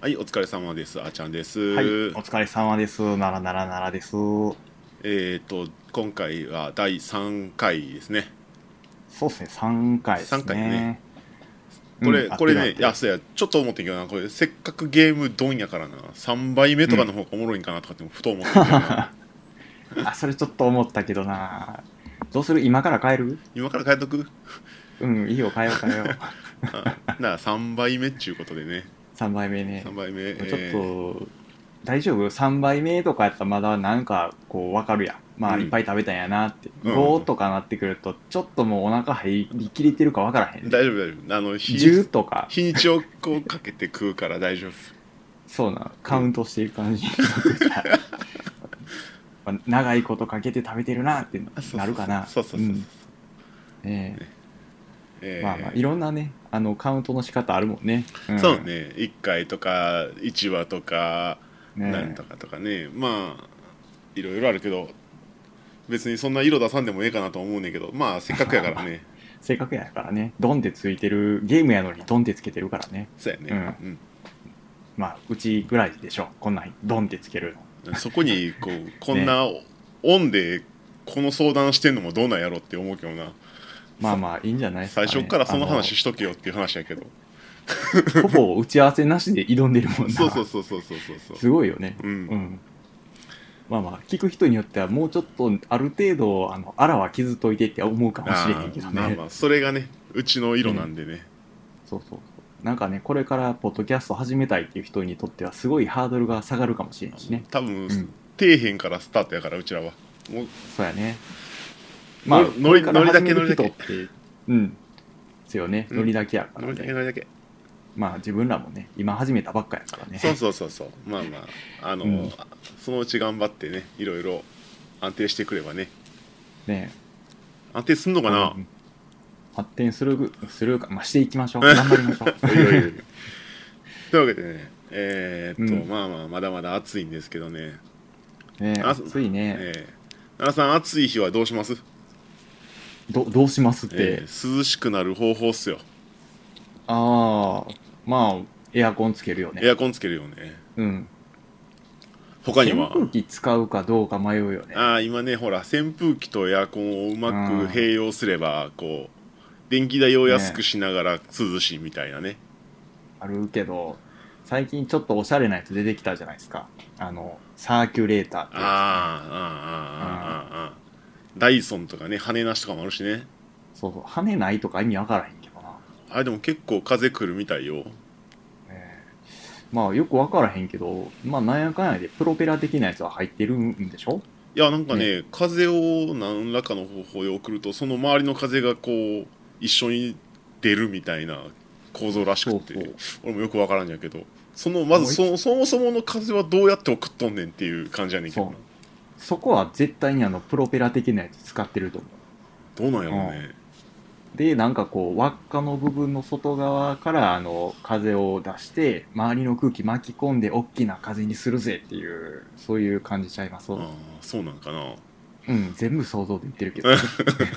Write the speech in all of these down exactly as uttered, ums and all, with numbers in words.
はい、お疲れ様です。あーちゃんです。 はい、お疲れ様です。ならならならです。 えっと、今回はだいさんかいですね。 そうっすね、さんかいで 3 す回やね。 ね。うこん、 れ、 合っこれね、いや、 てる合ってる。 そうや、ちょっと思ってんけどな、これ、せっかくゲームドンやからな、さんばいめとかのうん。 方がおもろいんかなとかってふと思ってんけどな。 あ、それちょっと思ったけどな。どうする今から変える？ 今から変えとく。 うん、いいよ、変えよう変えよう。 あだからさんばいめっちゅうことでね。 さんばいめ 3 ね。 倍目、 ちょっえと、大丈夫？ さん 倍目とかやったらまだなんかこうわかるやん。まあ、いっー、 ぱい食べたんやなって。 うん、 ごとかなってくると、ちょっともうお腹入りきれてるかわからへうん。 んで。 大丈夫、大丈夫。あの、日にじゅうとか、 日にちをこうかけて食うから大丈夫。 そうな、 うん。 カウントしている感じになってきた。まあ長いことかけて食べてるなってあ、そうそうそう。 なるかな。 そうそうそうそう。 うん。ねえ。まあまあ、いえろんなね、あの、カウントの仕方あるもんね。うー、そうん。 ね、いっかいとかいちわとかなんとねかとかね、まあいろいろあるけど、別にそんな色出さんでもええかなと思うねんけど、まあせっかくやからえ。 ね。 せっかくやからね、ドンってついてる、ゲームやのにドンってつけてるからね。 そうやね。 うん。 うん。 まあ、うちぐらいでしょ。こんなんドンってつけるそこにこうこの。ね。 んなオンでこの相談してんのもどうなんやろって思うけどな。さまあまあ、いいんじゃないです最かね。 初っからそのあの、 話しとけよっていう話やけど。 ほぼ打ち合わせなしで挑んでるもんそうそうな。 そうそうそうそうそう。 すごいよね。 うん。 うん。まあまあ、聞く人によってはもうちょっとある程度、あの、あらは傷といてって思うかもしれへああ、 んけどね。 まあまあ、それがね、うちの色なうん。 んでね。 そうそうそう。なんかね、これからポッドキャスト始めたいっていう人にとってはすごいハードルが下がるかもしれんしね。 多分、 うん。 底辺からスタートやから、うちらは。もう、 そうやね。まあ、 ノリ、ノリ、 これからノリだ始めるけノリだけ。 人って、うん。ですよね。 うん。 ノリだけやかノリだけらね。 ノリだけ。 まあ自分らもね、今始めたばっかやからそうね。 そうそうそう。まあまあ、あの、 うん。 そのうち頑張ってね、いろいろ安定してくればね。 ね安定すんのかこれ、 な。 発展する、するか、まあしていきましょう。頑張りましょう。 おいおいおい。というわけでね、えー、っと、 うん。 まあまあ、まだまだ暑いんですけどね。 ねあ、 暑いね。 えー、奈良さん、暑い日はどうします？ ど、どうしますっえて。 ー、涼しくなる方法っすよ。 ああ、まあ、エアコンつけるよね。 エアコンつけるよね。 うん。 他には？ 扇風機使うかどうか迷うよね。 ああ、今ね、ほら、扇風機とエアコンをうまくうん。 併用すれば、こう、電気代を安くねしながら涼しいみたいなね。 あるけど、最近ちょっとおしゃれなやつ出てきたじゃないですか。あの、サーキュレーターってやつね。 あーあー、あーうん。 あー、あーあー、ダイソンとかね、羽なしとかもあるしね。 そうそう。羽ないとか意味わからへんけどな。 あれでも結構風来るみたいよ。 ねまあよくわからへんけど、まあなんやかんやでプロペラ的なやつは入ってるんでしょ？ いや、なんかね。 ね、風を何らかの方法で送ると、その周りの風がこう、一緒に出るみたいな構造らしくて、 そうそう。 俺もよくわからんやけど、その、まずもういそそもそもの風はどうやって送っとんねんっていう感じやねんけどな。 そう。そこは絶対にあのプロペラ的なやつ使ってると思どうなんやろうう。 ね。 うん。で、なんかこう輪っかの部分の外側からあの風を出して、周りの空気巻き込んで大きな風にするぜっていう、そういう感じちゃいます？ ああ、そうなんかな。 うん、全部想像で言ってるけどね。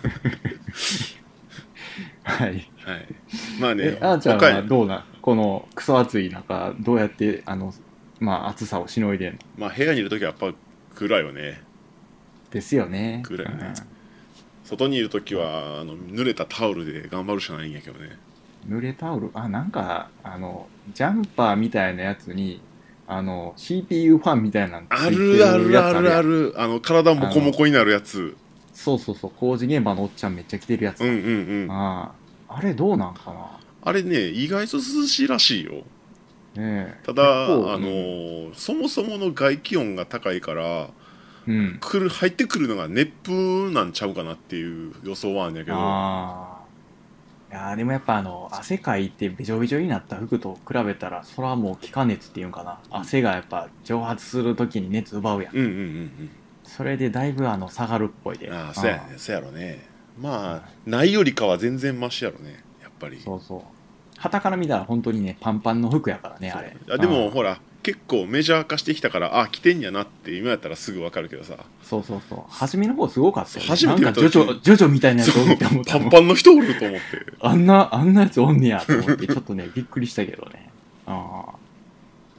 はい。 はい。まあね、 え、あーちゃん他に、 はどうな、このクソ暑い中、どうやって、あの、まあ、暑さをしのいでんの？ まあ部屋にいるときはやっぱ暗いよね。 ですよね。 暗いよね。 うん。 外にいるときそう。 は、あの、濡れたタオルで頑張るしかないんやけどね。 濡れタオル、あ、なんか、あの、ジャンパーみたいなやつに、あの、シーピーユー ファンみたいなのあついてるあるるあやつあるやん。 るある。あの、体モあの、 コモコになるやつ。 そうそうそう、工事現場のおっちゃんめっちゃ着てるやつうんうんな。 うん。 ああ、あれどうなんかな。 あれね、意外と涼しいらしいよ。 ねえ、 ただ、 結構、 あのうん、 ーそもそもの外気温が高いから、 うん。 来る、入ってくるのが熱風なんちゃうかなっていう予想はあるんやけど、 ああ。いやーでもやっぱあの汗かいてべちょべちょになった服と比べたらそれはもう気化熱っていうんかな、汗がやっぱ蒸発するときに熱奪うやん。 うんうんうんそれでだいぶあの下がるっぽいで。 うん。ああ、そうやね、 あそうやろね。まあ、 あ、 ないよりかは全然マシやろね、やっぱり。 そうそう。傍から見たら本当にねパンパンの服やからねそう。 あれ。 あ、でもああ、 ほら、結構メジャー化してきたから、あ、来てんやなって今やったらすぐわかるけどさ、 そうそうそう。初めの方すごかったそうよね。 初めて見たなんかジョジョ時、 ジョジョみたいなやそう、 つおるって思ったもん。 パンパンの人おると思って。 あんなあんなやつおんねやと思ってちょっとねびっくりしたけどね。ああ。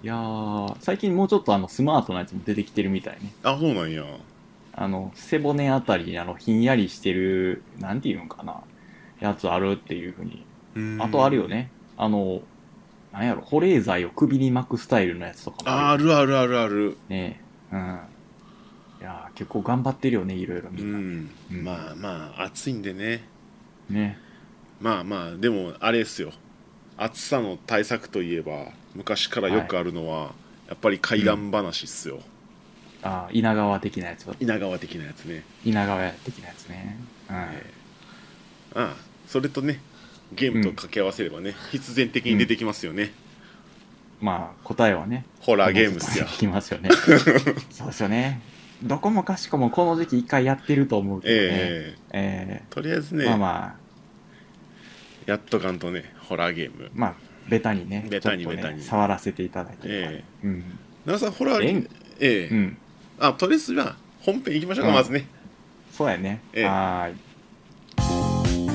いやー最近もうちょっとあのスマートなやつも出てきてるみたいね。 あ、そうなんや。 あの背骨あたりにあのひんやりしてるなんていうんかなやつあるっていうふうに。 うーんあとあるよ。ね、あのなんやろ保冷剤を首に巻くスタイルのやつとかもあ、 あるよあるあるあるある。 ね。うん。いやー結構頑張ってるよねいろいろみな。 うんん。 うんまあまあ、暑いんでね。 ね。 まあまあ、でも、あれですよ。暑さの対策といえば、昔からよくあるのは、やっぱり怪談話っすよ。 あー稲川的なやつ。 稲川的なやつね。 稲川的なやつね。うん。 えああ、それとね、ゲームと掛け合わせればね、必然的に出てきますよね。 まあ答えはねホラーゲームっすよ。 聞きますよねそうですよね。どこもかしこもこの時期一回やってると思うけどね。 えええとりあえずーね、 まあまあやっとかんとね、ホラーゲーム。 まあベタにねベタにちょっとねベタに触らせていただいて、 ええうん奈良さん、ホラーゲーム、ええうんあ、とりあえずは本編行きましょうか、 うんまずね。 そうやね、 ええはーい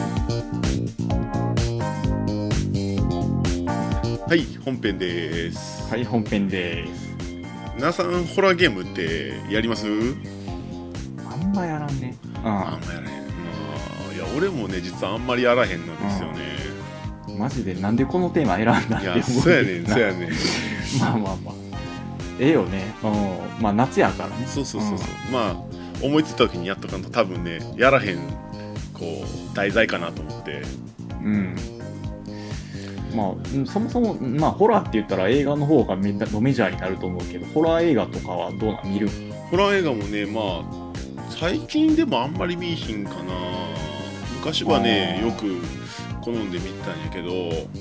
はい、本編です。 はい本編です。 奈良さん、ホラーゲームってやります？ あんまやらんね。 あんまやらへん。まあ、いや、俺もね、実はあんまりやらへんのですよね。 うんマジでなんでこのテーマ選んだって思ういや、そうやねん、そうやねん。 まあまあまあええよね。うんまあ夏やからね。 そうそうそうそう。まあ、思いついた時にやっとかんと多分ね、やらへん、こう、題材かなと思って。 うんまあうんそもそも、まあ、ホラーって言ったら映画の方がメドメジャーになると思うけどホラー映画とかはどうなん見る？ ホラー映画もね、まあ、最近でもあんまり見いひんかな。昔はね、 あーよく好んで見てたんやけど、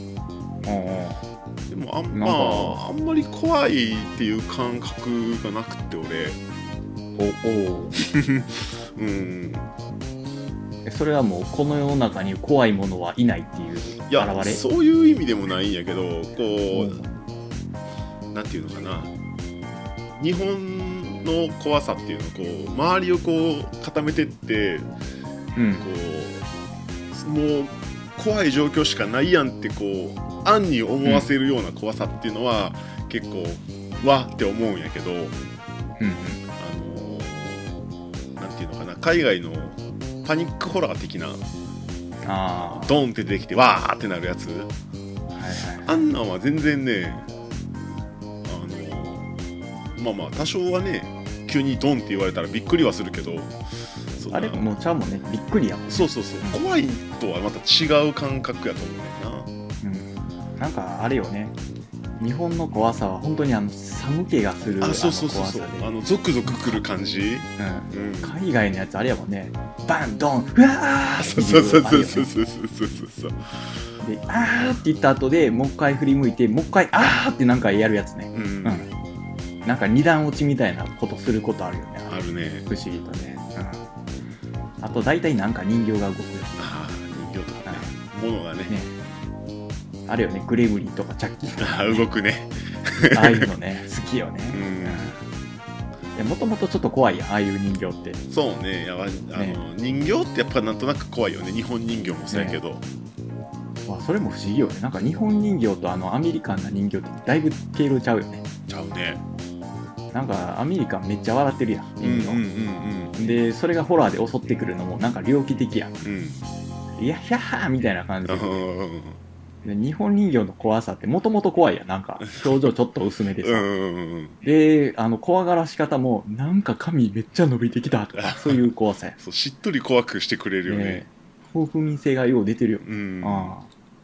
うんでもあん,、 なんかまあ、あんまり怖いっていう感覚がなくって俺、 おおうん、 えそれはもうこの世の中に怖いものはいないっていういや現れ？ そういう意味でもないんやけど、こうんうなんていうのかな、日本の怖さっていうのをこう周りをこう固めてってうんこうもう怖い状況しかないやんってこう暗に思わせるような怖さっていうのは、結構わって思うんやけど、 うんあのーなんていうのかな、海外のパニックホラー的なあドンって出てきてわーってなるやつ、 あはいはいあんなんは全然ね、あのーまあまあ多少はね急にドンって言われたらびっくりはするけど、そんなあれもうちゃうもんねびっくりやもん。 そうそうそう怖いとはまた違う感覚やと思うねんな。 うんなんかあれよね日本の怖さは本当にあの寒気がするあのあ、そうそうそう怖さで、 そう、あのゾクゾクくる感じ、 うんうん、 海外のやつあれやもんねバンドンうわーってそうそうそういうそうそうあれよねそうそうそうであーって言った後でもう一回振り向いてもう一回あーってなんかやるやつね。 うん、 うんなんか二段落ちみたいなことすることあるよね。 あるね。 不思議とね。うん、あと大体なんか人形が動くよああ、人形とかね、物がね、 ね。あるよね。グレムリンとかチャッキーとか、 あー動くね。 ああいうのね好きよね。 うんもともとちょっと怖いやんああいう人形って。 そうね、やばあの、 ね人形ってやっぱなんとなく怖いよね。日本人形もそうやけど、 まあそれも不思議よね。なんか日本人形とあのアメリカンな人形ってだいぶ経路ちゃうよね。 ちゃうね。 なんかアメリカンめっちゃ笑ってるやんうんうん人うん形、でそれがホラーで襲ってくるのもなんか猟奇的やん。 うんいやひゃっはーみたいな感じうで、 んで日本人形の怖さってもともと怖いやん。なんか表情ちょっと薄めでさ、 うんうんであの怖がらし方もなんか髪めっちゃ伸びてきたとかそういう怖さやそう、しっとり怖くしてくれるよね。 ね興奮民性がよう出てるよ、 うんあ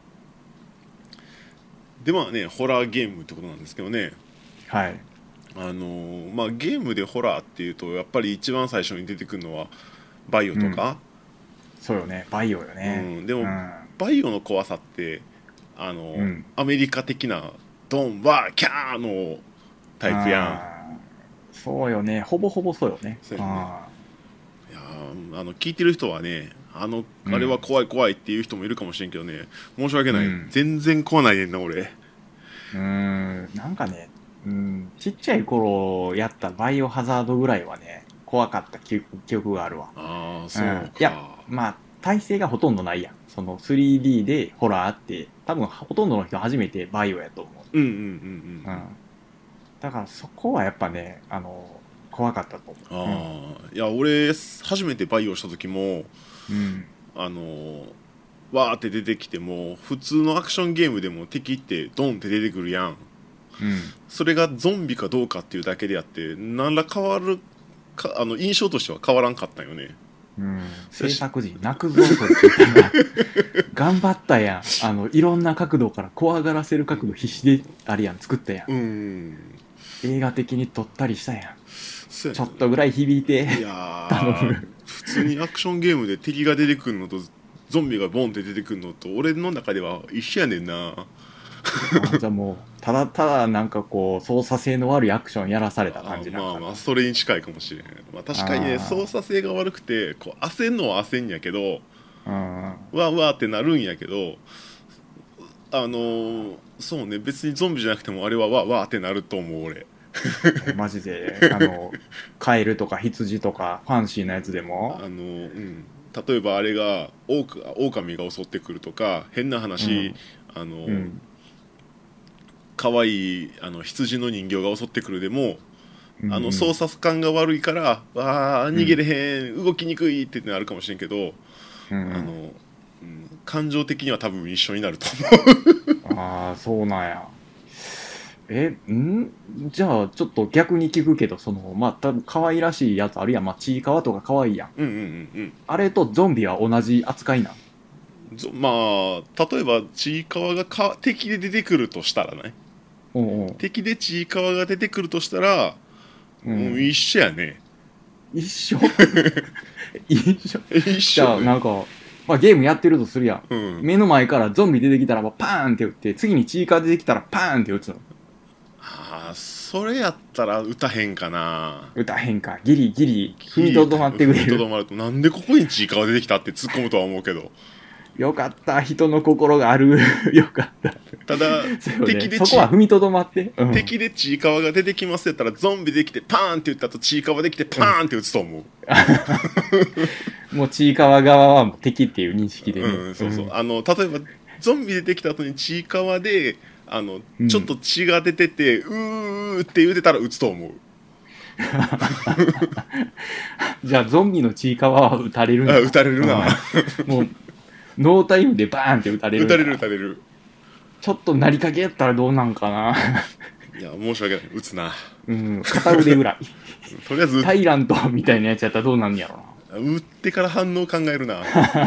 でまあね、ホラーゲームってことなんですけどね、 あはいあのーまあ、ゲームでホラーっていうとやっぱり一番最初に出てくるのはバイオとか、 そうよねバイオよね、 うんでもうんバイオの怖さってあのーうんアメリカ的なドンワーキャーのタイプやあーそうよねほぼほぼそうよね。 そうやねあん。いやーあの聞いてる人はね、あのうんあれは怖い怖いっていう人もいるかもしれんけどね、申し訳ない、 うん全然怖ないねんな俺。 ーうーんなんかね、うん、ちっちゃい頃やったバイオハザードぐらいはね怖かった記憶記憶があるわ。 ああそうか、 うんいやまあ体勢がほとんどないやん。その スリーディー でホラーって多分ほとんどの人初めてバイオやと思う。 うんうんうんうんうん、 だからそこはやっぱね、あの怖かったと思う。 ああ、いや俺初めてバイオした時もうん、 あのわーって出てきても普通のアクションゲームでも敵ってドンって出てくるやん。 うん、 それがゾンビかどうかっていうだけであって何ら変わるか、あの印象としては変わらんかったんよね。 うん、制作時泣くぞそれ聞いたら頑張ったやん。あのいろんな角度から怖がらせる角度必死であれやん作ったやん。 うーん、 映画的に撮ったりしたやん。 そうやね。 ちょっとぐらい響いていや頼ーむ。 普通にアクションゲームで敵が出てくるのとゾンビがボンって出てくるのと俺の中では一緒やねんな。 あじゃあもうただただなんかこう操作性の悪いアクションやらされた感じあなんかな。 まあまあそれに近いかもしれへん、まあ、確かにねあー操作性が悪くてこう焦んのは焦んやけどうんうわうわってなるんやけどあのーそうね別にゾンビじゃなくてもあれはわわってなると思う俺。 マジであのカエルとか羊とかファンシーなやつでも、 あのーうん例えばあれがオオクオオカミが襲ってくるとか変な話、あのーうん可愛いあの羊の人形が襲ってくるでも、 うん、 あの操作感が悪いからわあ逃げれへん、動きにくいってなるかもしれんけど、 うんうん、 あの、うん、感情的には多分一緒になると思ああそうなんや。えんじゃあちょっと逆に聞くけど、そのまあ多分可愛らしいやつあるやん、まあちいかわとか可愛いやん。 う。うんうんうんあれとゾンビは同じ扱いなん？ うん。ぞまあ例えばちいかわがか敵で出てくるとしたらね、 おうおう、 敵でちいかわが出てくるとしたら、 ううんん、一緒やね。 一緒一緒一じゃあ緒ね。 なんか、まあ、ゲームやってるとするやん。 うん目の前からゾンビ出てきたらもうパーンって撃って、次にチーカー出てきたらパーンって撃つの。 ああそれやったら打たへんかな。 撃たへんか。ギリギリ踏みとどまってくれる。 踏みとどまるとなんでここにちいかわ出てきたって突っ込むとは思うけど、 よかった。人の心がある。よかった。 ただ、 そうよね、 敵でちそこは踏みとどまって。うん、 敵でちいかわが出てきますやったらゾンビできてパーンって言った後ちいかわできてパーンって打つと思う。 もうちいかわ側はもう敵っていう認識でね。 うん、そうそう、 んあの例えばゾンビ出てきた後にちいかわであの、 うん、 ちょっと血が出ててうーって言うてたら打つと思う。 じゃあゾンビのちいかわは撃たれるんだ。 あ打たれるな。 うんもうノータイムでバーンって撃たれるんだ。 打たれる打たれる。 ちょっとなりかけやったらどうなんかな。 いや申し訳ない、打つな。 うん、片腕ぐらい。 とりあえずタイラントみたいなやつやったらどうなんやろな。 打ってから反応考えるな。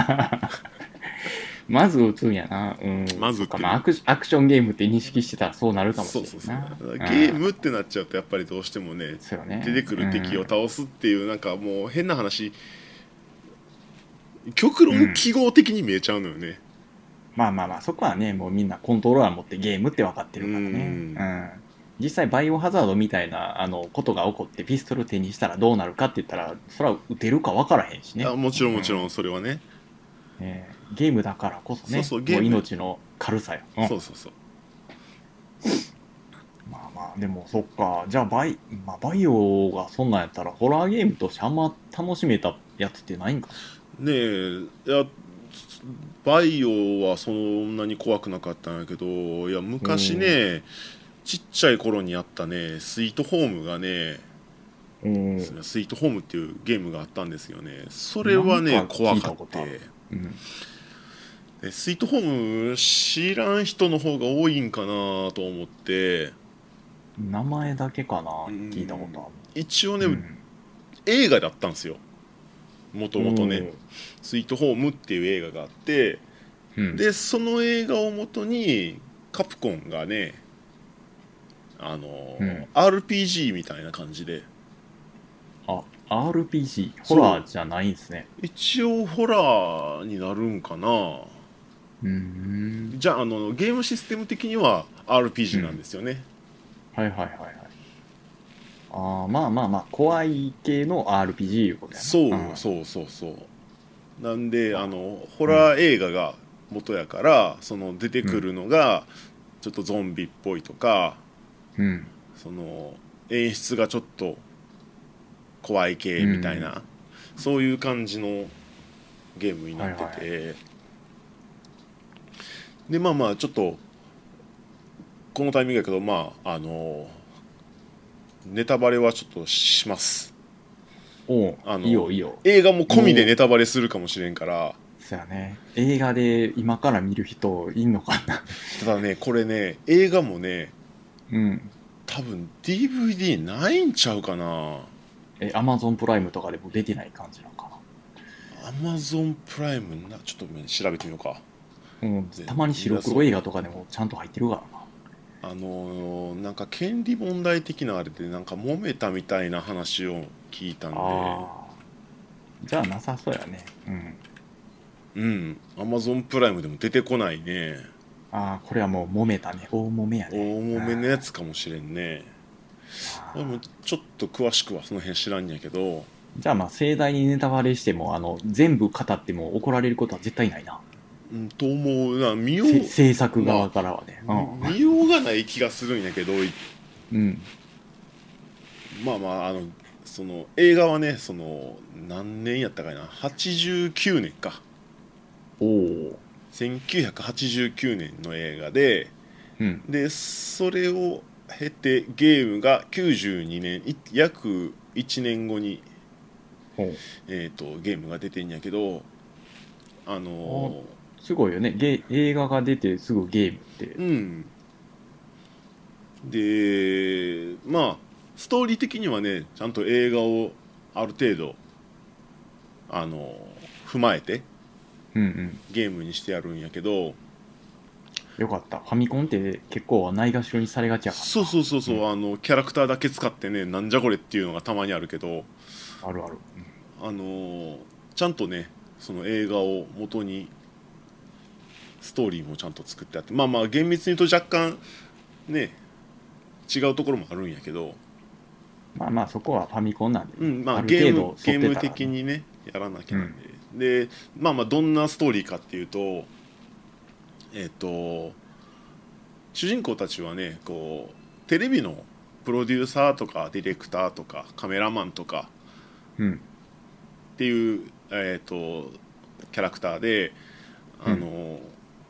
まず撃つんやな。うん。 まず撃ってるそっか、まあアクシアクションゲームって認識してたらそうなるかもしそれうそうそう、 ないな。 ゲームってなっちゃうとやっぱりどうしてもねそうよね。 出てくる敵をうん倒すっていうなんかもう変な話、極論記号的に見えちゃうのよね。 まあまあまあ、そこはね、もうみんなコントローラー持ってゲームって分かってるからね。 うんうん。実際、バイオハザードみたいなあのことが起こってピストル手にしたらどうなるかって言ったら、それは撃てるか分からへんしね。 あもちろんもちろうんんそれはね、 ねゲームだからこそね、 そうそうゲームもう命の軽さよ。うんそうそうそう。 まあまあ、でもそっか。じゃあバイ、まあ、バイオがそんなんやったら、ホラーゲームとしてあんま楽しめたやつってないんかねえ、いやバイオはそんなに怖くなかったんやけど、いや昔ね、ちっちゃい頃にやったねスイートホームがね、 な。うん。 スイートホームっていうゲームがあったんですよね。それはねなんか怖聞いたかってことある。うん。 でスイートホーム知らん人の方が多いんかなと思って、 名前だけかな、 うん聞いたことある。 一応ね、 うん映画だったんですよもともとね。 うんスイートホームっていう映画があって、 うん、 でその映画をもとにカプコンがねあの、 うんアールピージー みたいな感じで、 あ、アールピージー、ホラーじゃないんですね。 一応ホラーになるんかな。 うーん。 じゃあ、あのゲームシステム的には アールピージー なんですよね、 はいはいはいはい。ああ、まあまあまあ、怖い系の アールピージー いうことやな。 そううんそうそうそう。なんであのホラー映画が元やから、その出てくるのがちょっとゾンビっぽいとか、 うん。 その演出がちょっと怖い系みたいな、そういう感じのゲームになってて、 はいはでまあまあちょっとこのタイミングやけど、まああのネタバレはちょっとします。 おう、 あのいいよいいよ。 映画も込みでネタバレするかもしれんから。 そうやね。映画で今から見る人いんのかな。 ただねこれね映画もねうん多分 ディーブイディー ないんちゃうかな。 え、アマゾンプライムとかでも出てない感じなのかアマゾンプライムなちょっと調べてみようか。 な。うん、たまに白黒映画とかでもちゃんと入ってるからな。 あのー、なんか権利問題的なあれでなんか揉めたみたいな話を聞いたんで。 あじゃあなさそうやね。 うんうんアマゾンプライムでも出てこないね。 ああこれはもう揉めたね。大揉めやね。 大揉めのやつかもしれんね。俺もちょっと詳しくはその辺知らんやけど。 じゃあまあ盛大にネタバレしてもあの全部語っても怒られることは絶対ないな。 うんと思うな。見よう制作側からはね、 まあうん、見ようがない気がするんやけど、 うん、 まあまああのその映画はねその何年やったかなはちじゅうきゅうねんか。 おおせんきゅうひゃくはちじゅうきゅうねんの映画で、 うん、 でそれを経てゲームがきゅうじゅうにねん約いちねんごに、えー、とゲームが出てんやけどあのー、すごいよね。ゲ映画が出てすぐゲームって。 うんでまあストーリー的にはねちゃんと映画をある程度あの踏まえてうんうん、 ゲームにしてやるんやけど。 よかった。ファミコンって結構ないがしろにされがちやから。 そうそうそうそう、 うん、 あのキャラクターだけ使ってねなんじゃこれっていうのがたまにあるけど、 あるある、 うん、あのー、ちゃんとねその映画を元にストーリーもちゃんと作ってあって、まあまあ厳密に言うと若干ね違うところもあるんやけど、 まあまあそこはファミコンなんで、 うん、まああるゲーム程度沿ってたら、ね、 ゲーム的にねやらなきゃなんで、うん、でまあまあどんなストーリーかっていうとえっと主人公たちはねこうテレビのプロデューサーとかディレクターとかカメラマンとかっていう、えー、とキャラクターであの、うん、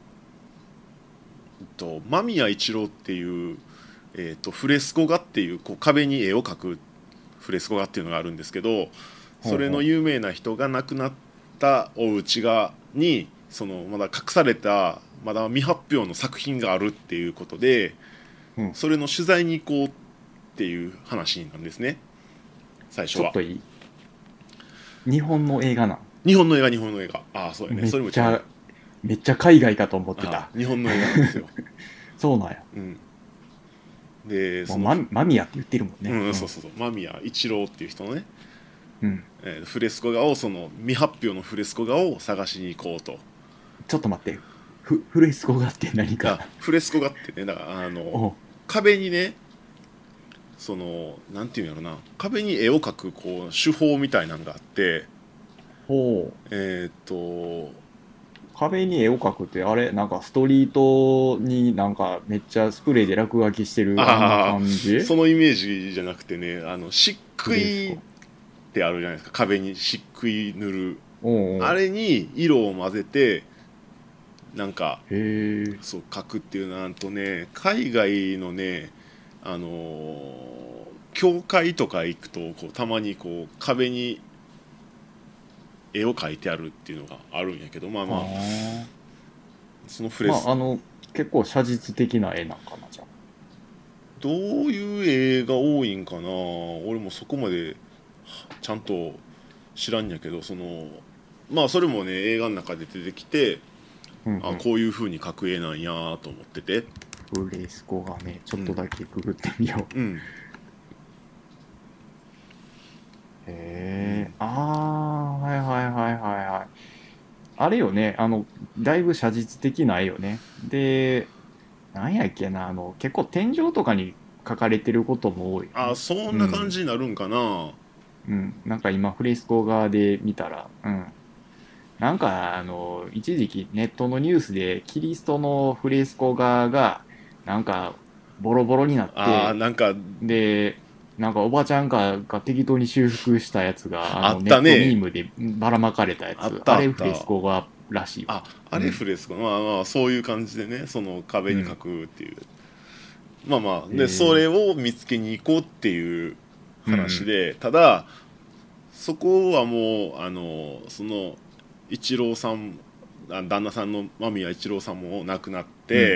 と間宮一郎っていう、えー、とフレスコ画っていう、こう壁に絵を描くフレスコ画っていうのがあるんですけど、それの有名な人が亡くなったお家がにそのまだ隠されたまだ未発表の作品があるっていうことで、うん、それの取材に行こうっていう話なんですね最初は。 ちょっといい日本の映画なん。 日本の映画日本の映画ああそうやね。 めっちゃそれもちゃめっちゃ海外かと思ってた。 日本の映画なんですよそうなんや、 うん、でその間宮って言ってるもんね、 うんうん、そうそうそう間宮一郎っていう人のね、 うんえー、フレスコ画をその未発表のフレスコ画を探しに行こうと。 ちょっと待って、フフレスコ画って何か。 フレスコ画ってねだからあの壁にねそのなんていうんやろな壁に絵を描くこう手法みたいなのがあって、 ほうえー、っと壁に絵を描くってあれなんかストリートになんかめっちゃスプレーで落書きしてるあんな感じ。 そのイメージじゃなくてねあの漆喰ってあるじゃないですか壁に漆喰塗るおうおうあれに色を混ぜてなんかへそう描くっていうのなんとね海外のねあのー、教会とか行くとこうたまにこう壁に絵を描いてあるっていうのがあるんやけどまあまあそのフレス、 まあ、あの結構写実的な絵なんかなじゃあ。 どういう絵が多いんかな俺もそこまでちゃんと知らんやけどそのまあそれもね映画の中で出てきて、うんうん、あこういう風に描く絵なんやと思っててフレスコがねちょっとだけくぐってみよう、うん、へえ、うん、ああはいはいはいはいはいあれよねあのだいぶ写実的な絵よね。でなんやっけなあの結構天井とかに描かれてることも多い、ね、 あそんな感じになるんかな、うん、 うん、なんか今フレスコ側で見たらうんなんかあの一時期ネットのニュースでキリストのフレスコ画がなんかボロボロになってあなんかでなんかおばちゃんかが適当に修復したやつがあのあったね、 ネットミームでばらまかれたやつあったあれフレスコ画らしいわ。 ああれフレスコ、うん、まあまあそういう感じでねその壁に描くっていう、 まあまあへえでそれを見つけに行こうっていう話で、ただそこはもうあのその一郎さんあ旦那さんの間宮一郎さんも亡くなって、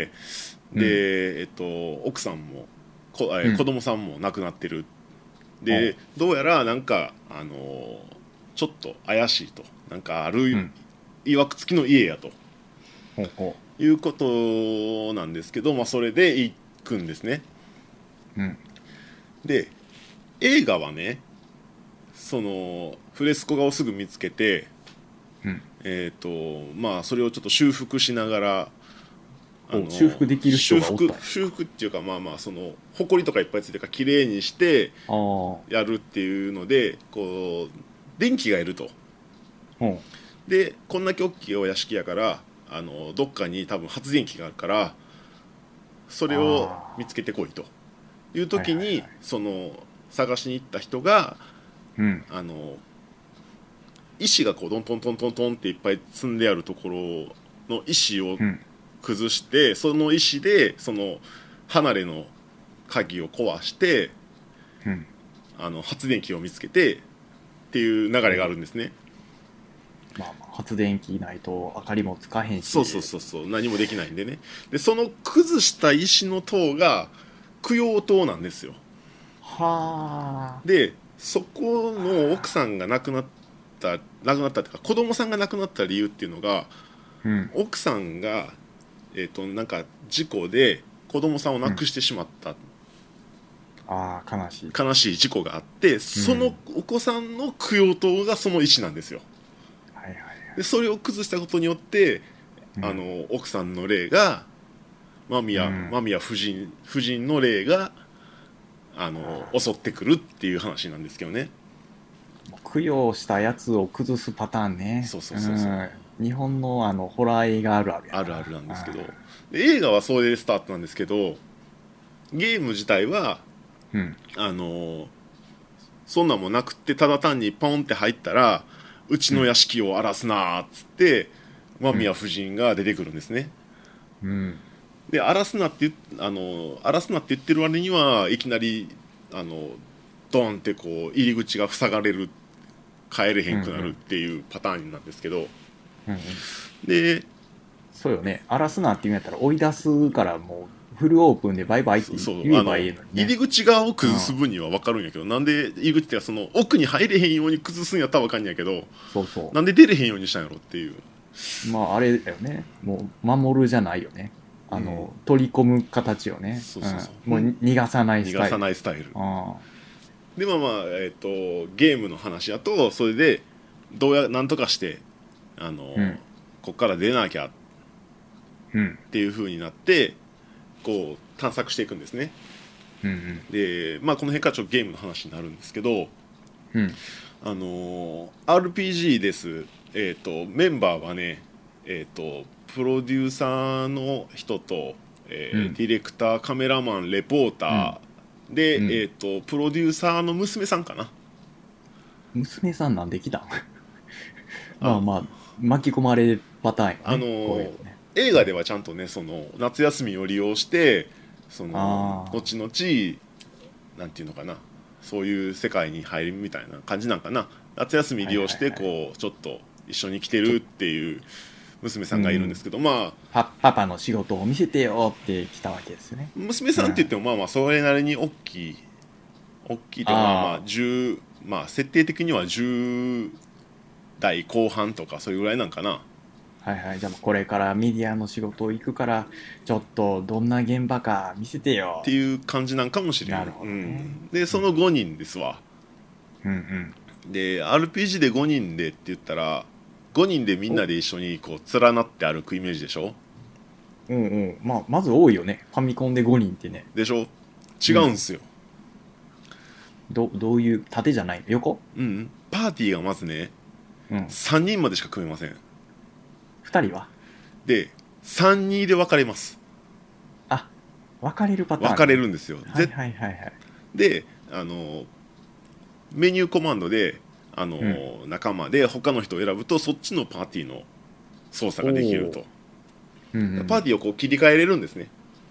うんで、えっと、奥さんもこ、えうん子供さんも亡くなってる。でどうやらなんかあのちょっと怪しいと、なんかあるうん曰く付きの家やとほうほいうことなんですけど、まあ、それで行くんですね。 ううんで映画はねそのフレスコ画をすぐ見つけて、 うんえーとまあ、それをちょっと修復しながらあのお修復できる人がおったんや修復修復っていうかまあまあその埃とかいっぱいついてるから綺麗にしてああほやるっていうのでこう電気がいると。 うでこんだけ大きいお屋敷やからあのどっかに多分発電機があるからそれを見つけてこいという時に、 はいはいはいその探しに行った人がうんあの石がこうドントントントントンっていっぱい積んであるところの石をうん崩してその石でその離れの鍵を壊してうんあの発電機を見つけてっていう流れがあるんですね。 まあまあ発電機ないと明かりもつかへんしそうそうそうそう何もできないんでね。でその崩した石の塔が供養塔なんですよ。 はあでそこの奥さんが亡くなった亡くなったっていうか子供さんが亡くなった理由っていうのがうん奥さんがえーとなんか事故で子供さんを亡くしてしまったああ悲しい悲しい事故があってそのお子さんの供養塔がその石なんですよ。 はいはいはいでそれを崩したことによってうんあの奥さんの霊が間宮、 うん間宮夫人夫人の霊があの襲ってくるっていう話なんですけどね。 供養したやつを崩すパターンねそうそうそうそうん日本のあのホラー映画あるあるやなあるあるなんですけどあで映画はそれでスタートなんですけどゲーム自体はーうんあのそんなんもなくってただ単にポンって入ったらうちの屋敷を荒らすなーっつって間宮夫人が出てくるんですね。 うんで荒らすなって言っあの荒らすなって言ってる割にはいきなりあのドンってこう入り口が塞がれる帰れへんくなるっていうパターンなんですけど、 うんうんでそうよね荒らすなって言うんやったら追い出すからもうフルオープンでバイバイってそう言えあのばいいのにね入り口側を崩す分には分かるんやけど、なんで入り口っていうかその奥に入れへんように崩すんやったら分かんやけどそうそうなんで出れへんようにしたんやろっていう。 まああれだよねもう守るじゃないよねあの、取り込む形よねそうそうそううんもうに逃がさないスタイル逃がさないスタイルあでまあまあ、えー、とゲームの話やとそれでどうやなんとかしてあの、 うんこっから出なきゃっうんていう風になってこう探索していくんですね。 うんうんでまあこの辺からちょっとゲームの話になるんですけどうんあのー アールピージー です。えっ、とメンバーはねえっ、とプロデューサーの人と、えーうんディレクターカメラマンレポーター、で、 うんえっ、とプロデューサーの娘さんかな。 娘さんなんできたんまあまあ巻き込まれるパターンよねあのーこういうのね映画ではちゃんとねその夏休みを利用してそのあー後々なんていうのかなそういう世界に入るみたいな感じなんかな。夏休み利用してこう、 はいはいちょっと一緒に来てるっていう娘さんがいるんですけど、まあパパパの仕事を見せてよって来たわけですよね娘さんって言ってもまあまあそれなりに大きい大きいというかあーまあまあじゅうまあ設定的にはじゅう代後半とかそういうぐらいなんかな。 はいはいじゃあこれからメディアの仕事を行くからちょっとどんな現場か見せてよっていう感じなんかもしれない。 なるほどねうん、でそのごにんですわ。 うんうんで アールピージー でごにんでって言ったらごにんでみんなで一緒にこう連なって歩くイメージでしょ。 うんうんまあまず多いよねファミコンでごにんってねでしょ違うんすよ、 どどういう縦じゃないの横うんうん、パーティーがまずねうんさんにんまでしか組めません。 ふたりはでさんにんで分かれます。 あ分かれるパターン分かれるんですよ、 はいはいはいはいであのメニューコマンドであの、 う仲間で他の人を選ぶとそっちのパーティーの操作ができると、 うんうんパーティーをこう切り替えれるんですね。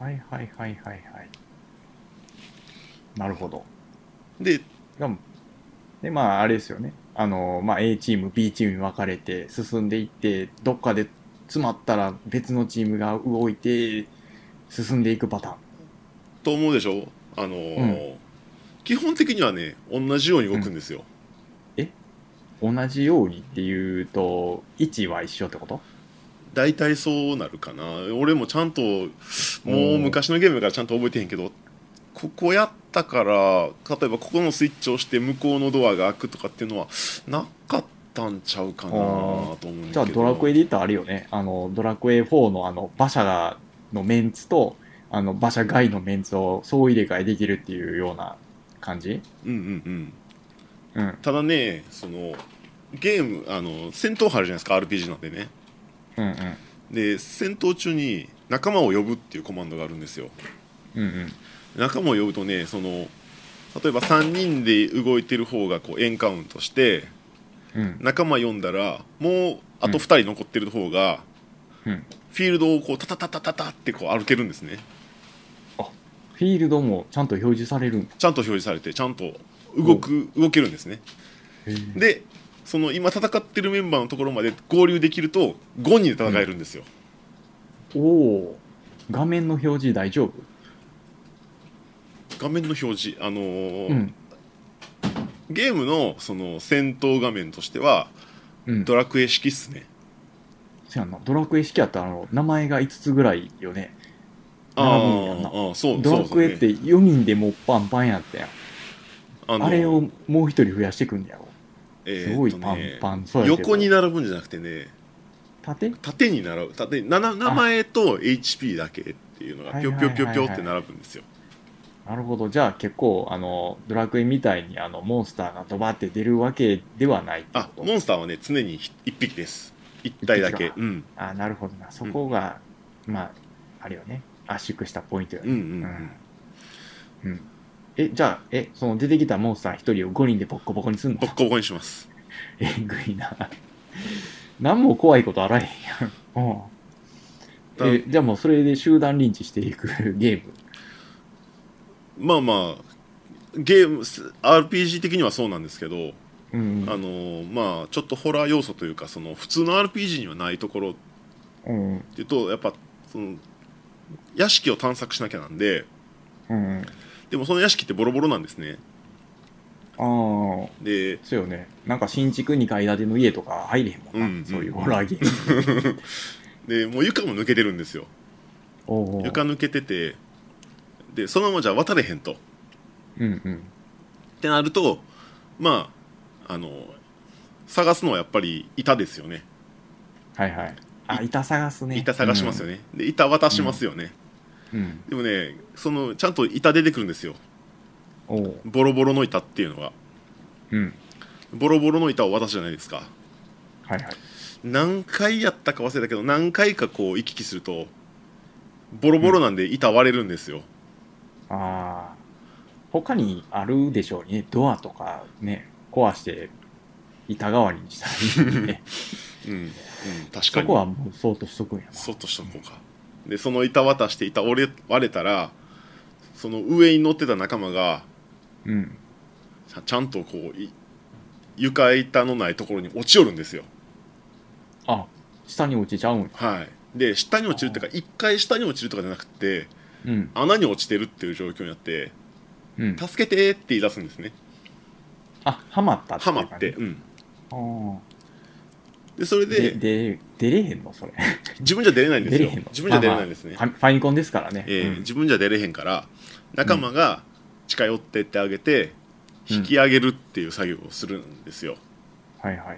はいはいはいはいはい。なるほど。 ででもで、まあ、あれですよね。あの、まあ、A チーム、B チームに分かれて進んでいって、どっかで詰まったら別のチームが動いて進んでいくパターン。 と思うでしょ。あのうん。 ー基本的にはね同じようにうん。 動くんですよ。 え同じようにっていうと、位置は一緒ってこと？ 大体そうなるかな。俺もちゃんとおもうー。 昔のゲームだからちゃんと覚えてへんけど、ここやったから例えばここのスイッチを押して向こうのドアが開くとかっていうのはなかったんちゃうかなとおー。 思うねんじゃあ、 けど。 ドラクエで言ったらあるよね。あの、ドラクエフォーのあの、馬車がのメンツと、あの、馬車外のメンツを総入れ替えできるっていうような感じ。 うんうんうん。 うん。 ただねそのゲームあの戦闘入るじゃないですか アールピージー なんでね。 うんうん。 で戦闘中に仲間を呼ぶっていうコマンドがあるんですよ。 うんうん。 仲間を呼ぶとねその例えばさんにんで動いてる方がこうエンカウントしてうん。 仲間呼んだらもうあとうん。 ふたり残ってる方がうん。 フィールドをこうタタタタタタってこう歩けるんですね。 あ、フィールドもちゃんと表示されるんだ。 ちゃんと表示されてちゃんと動おへく動けるんですね。 え。 でその今戦ってるメンバーのところまで合流できるとごにんで戦うん。 えるんですよ。 おお。画面の表示大丈夫？ 画面の表示あのーうん。 ゲームのその戦闘画面としてはうん。 ドラクエ式っすね。 そやんな。ドラクエ式やったらあの、名前がいつつぐらいよね。 あ並ぶんやんな。 ーあーそうドそうですね。 ラクエってよにんでもうパンパンやったやん。 あのーあれをもう一人増やしてくんやろ。すえーっごいパンとねパンそうやけ横にど。 並ぶんじゃなくてね縦。 縦に並ぶ縦なな名あ、 前と エイチピー だけっていうのがはいぴょぴょはいぴょぴょってはいはい。 並ぶんですよ。 なるほど。じゃあ結構、あの、ドラクエみたいにあの、モンスターがドバって出るわけではないってあこと？ モンスターはね常にいっぴきです。いち一体だけ。 匹が。 うんあ、なるほどな。そうんこが、まあ、あれよね。圧縮したポイントようんうんうね。 ん。 うん。うん。え、じゃあ、え、その出てきたモンスター一人をごにんでボッコボコにすんの？ ボッコボコにします。 えぐいな。何も怖いことあらへんやん。うん。 だえ、じゃあもうそれで集団リンチしていくゲーム。 まあまあゲーム アールピージー 的にはそうなんですけど、 うん。 あのまあちょっとホラー要素というかその普通の アールピージー にはないところっうん。 ていうとやっぱその屋敷を探索しなきゃなんで、 うん。 でもその屋敷ってボロボロなんですね。 ああ、 でそうよね。なんか新築にかい建ての家とか入れへんもんな。 うんうんうそういうホラーゲーム。 んでもう床も抜けてるんですよ。 おお。 床抜けててでそのままじゃ渡れへんとっうんうん。 てなるとまああの探すのはやっぱり板ですよね。 はいはい。 いあ、板探すね。 板探しますよね。で板渡しますよね。 うん。うん。 でもねそのちゃんと板出てくるんですよ。 おお。 ボロボロの板っていうのがうん。 ボロボロの板を渡すじゃないですか。 はいはい。 何回やったか忘れたけど何回かこう行き来するとボロうん。 ボロなんで板割れるんですよ。 ああ。他にあるでしょうね。ドアとかね、壊して板代わりにしたらいいのにね。 うんうん確かにそこはもうそうとしとくんやな。 そっとしとこうか。でその板渡して板折れ割れたらその上に乗ってた仲間がうん。 ちゃんとこうい床板のないところに落ちよるんですよ。 あ、下に落ちちゃうんや。 はいで下に落ちるっていうあか一回下に落ちるとかじゃなくてー。うん。 穴に落ちてるっていう状況になってうん。 助けてって言い出すんですね。 あ、はまったっハマていう感じ。 ってうんああ。 でそれで、 でで、出れへんのそれ。 自分じゃ出れないんですよ。 出れへんの？ 自分じゃ出れないんですね。 まあまあ、ファファインコンですからね。 えーうん。 自分じゃ出れへんからうん。 仲間が近寄ってってあげてうん。 引き上げるっていう作業をするんですよ。 はいはい。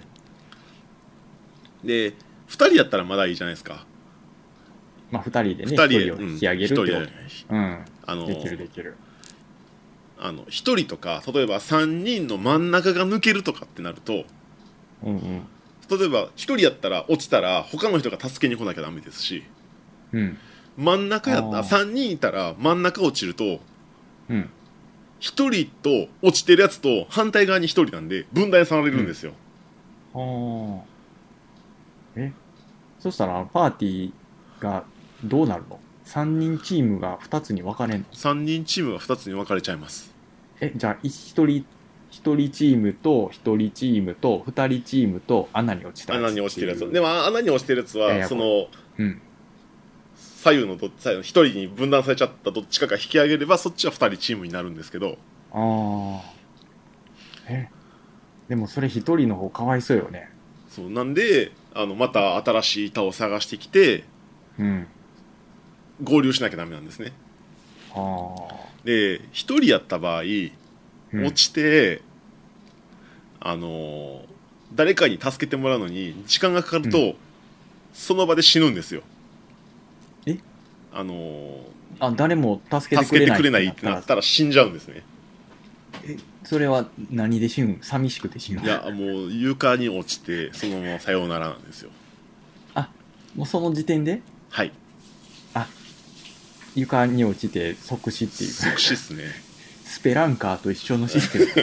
でふたりやったらまだいいじゃないですか。 まあ、二人でね、 ふたりで、 一人をうん、 引き上げるひとりでってことね。うん。 あのできるできる。 あのひとりとか例えばさんにんの真ん中が抜けるとかってなるとうんうん。 例えばひとりやったら落ちたら他の人が助けに来なきゃダメですしうん。 真ん中やったらああ。 さんにんいたら真ん中落ちるとうん。 ひとりと落ちてるやつと反対側にひとりなんで分断されるんですよ。 うん。ああ。え、そしたらパーティーがどうなるの？ さんにんチームがふたつに分かれんの？ さんにんチームがふたつに分かれちゃいます。 え、じゃあひとりひとりチームとひとりチームとふたりチームと穴に落ちたやつ。 穴に落ちてるやつでも穴に落ちてるやついやいやはそのうん。 左右のどっちひとりに分断されちゃったどっちかが引き上げればそっちはふたりチームになるんですけど、 ああ。え、でもそれひとりの方かわいそうよね。 そうなんであのまた新しい板を探してきてうん。 合流しなきゃダメなんですね。 ああ。 でひとりやった場合うん、 落ちて、あの誰かに助けてもらうのに時間がかかると、 うん、 その場で死ぬんですよ。 えあのあ、誰も助けてく助けてれないってくれないってなったら、 なったら死んじゃうんですね。 え、それは何で死ぬん？寂しくて死ぬ？ いやもう床に落ちてそのままさようならなんですよ。 あ、もうその時点で、 はい、 あ、床に落ちて即死っていう。 即死っすね。 スペランカーと一緒のシステム。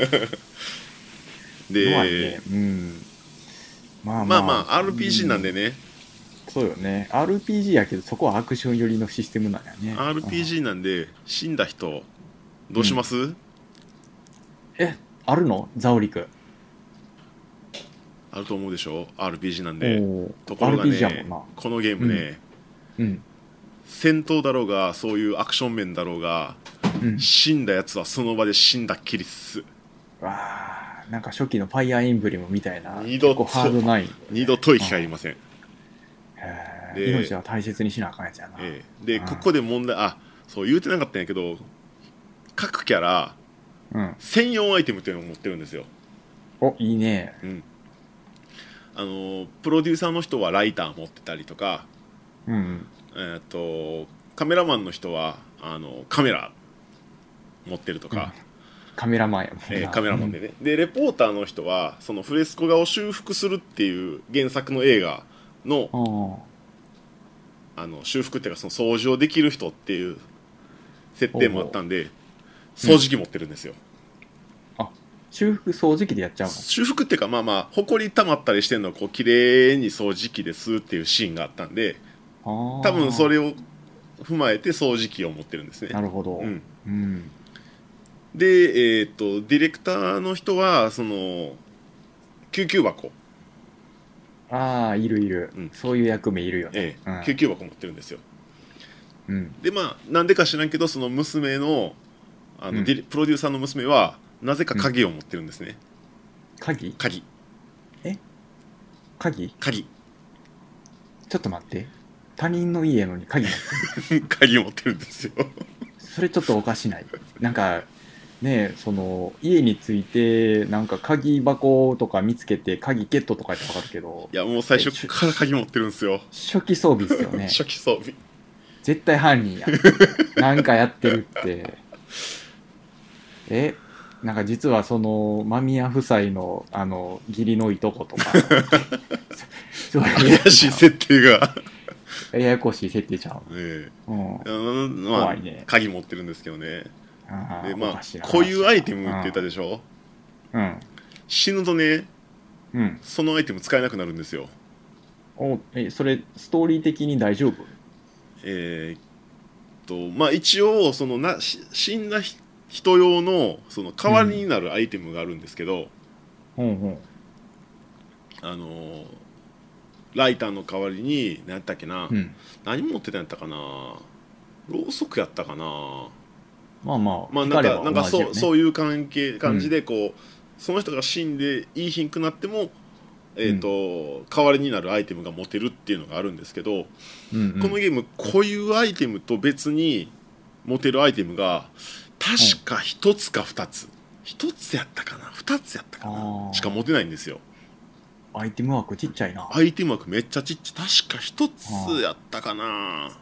弱いでね。うん。まあまあ。 まあまあ アールピージー なんでね、 そうよね。アールピージー やけど、そこはアクション寄りのシステムなんやね。 アールピージー なんで死んだ人どうします？ うん、え、あるの？ザオリク。 あると思うでしょ アールピージー なんで。 おところがアールピージー やねもんな。 このゲームね、 うん。 戦闘だろうがそういうアクション面だろうが、 うん。 死んだやつはその場で死んだっきりっす。 わあ、なんか初期のファイアーエンブレムみたいな、 二度と結構ハードナイン、ね。 二度と生き返りません。 へでえ、命は大切にしなあかんやつやな。 ええ、でうん、 ここで問題、あそう言うてなかったんやけど、各キャラうん。 専用アイテムっていうのを持ってるんですよ。 お、いいね。 うん、あのプロデューサーの人はライター持ってたりとか、 うん。 えー、とカメラマンの人はあのカメラ持ってるとうん、 か、 カメラマンやもんな。 えーカメラマンでね、でレポーターの人はそのフレスコ画を修復するっていう原作の映画のうん。ああの修復っていうかその掃除をできる人っていう設定もあったんで掃除機持ってるんですよ。 あ、修復掃除機でやっちゃう修復っていうかまあまあほこり溜まったりしてるのをこう綺麗に掃除機で吸うっていうシーンがあったんで、 の？ああ。 多分それを踏まえて掃除機を持ってるんですね。 なるほど。 うん、 うん。 で、えー、とディレクターの人はその救急箱、 ああ、いるいる、 うん、 そういう役目いるよえね。うん。 え救急箱持ってるんですよ。 うん。 でまあなんでか知らんけどその娘のあの、 うん、 ディレプロデューサーの娘はなぜか鍵を持ってるんですね。 鍵？ 鍵え鍵？ 鍵ちょっと待って。他人の家やのに鍵持ってる。 鍵を持ってるんですよ。 それちょっとおかしない？なんかねえ、その家についてなんか鍵箱とか見つけて鍵ゲットとかやってわかるけど、 いやもう最初から鍵持ってるんですよ。 初期装備っすよね。 初期装備。 絶対犯人や。なんかやってるって。え、なんか実はその間宮夫妻のあの義理のいとことかそういう怪しい設定がややこしい設定ちゃう。 ええ、 うん。 あのまあ怖いね。 鍵持ってるんですけどね。 あでまあおかしいなこういうアイテムって言ったでしょ。 うん死ぬとねうん。 そのアイテム使えなくなるんですよ。 お、え、それストーリー的に大丈夫？ えーっとまあ一応そのなし死んだひ人用のその代わりになるアイテムがあるんですけど、 うんうんあのーライターの代わりに何やったっけな、 うん。 何持ってたんやったかな、ろうそくやったかな、 まあまあ、 まあなん光れかなんかば同じよね。 そうそういう関係感じでこう、その人が死んでいいひんくなっても、えーと代わりになるアイテムが持てるっていうのがあるんですけど、 うんうん、 このゲーム固有アイテムと別に持てるアイテムが確かひとつかふたつ、ひとつやったかなふたつやったかなしか持てないんですよ。 アイテム枠ちっちゃいな。 アイテム枠めっちゃちっちゃい、確かひとつやったかな。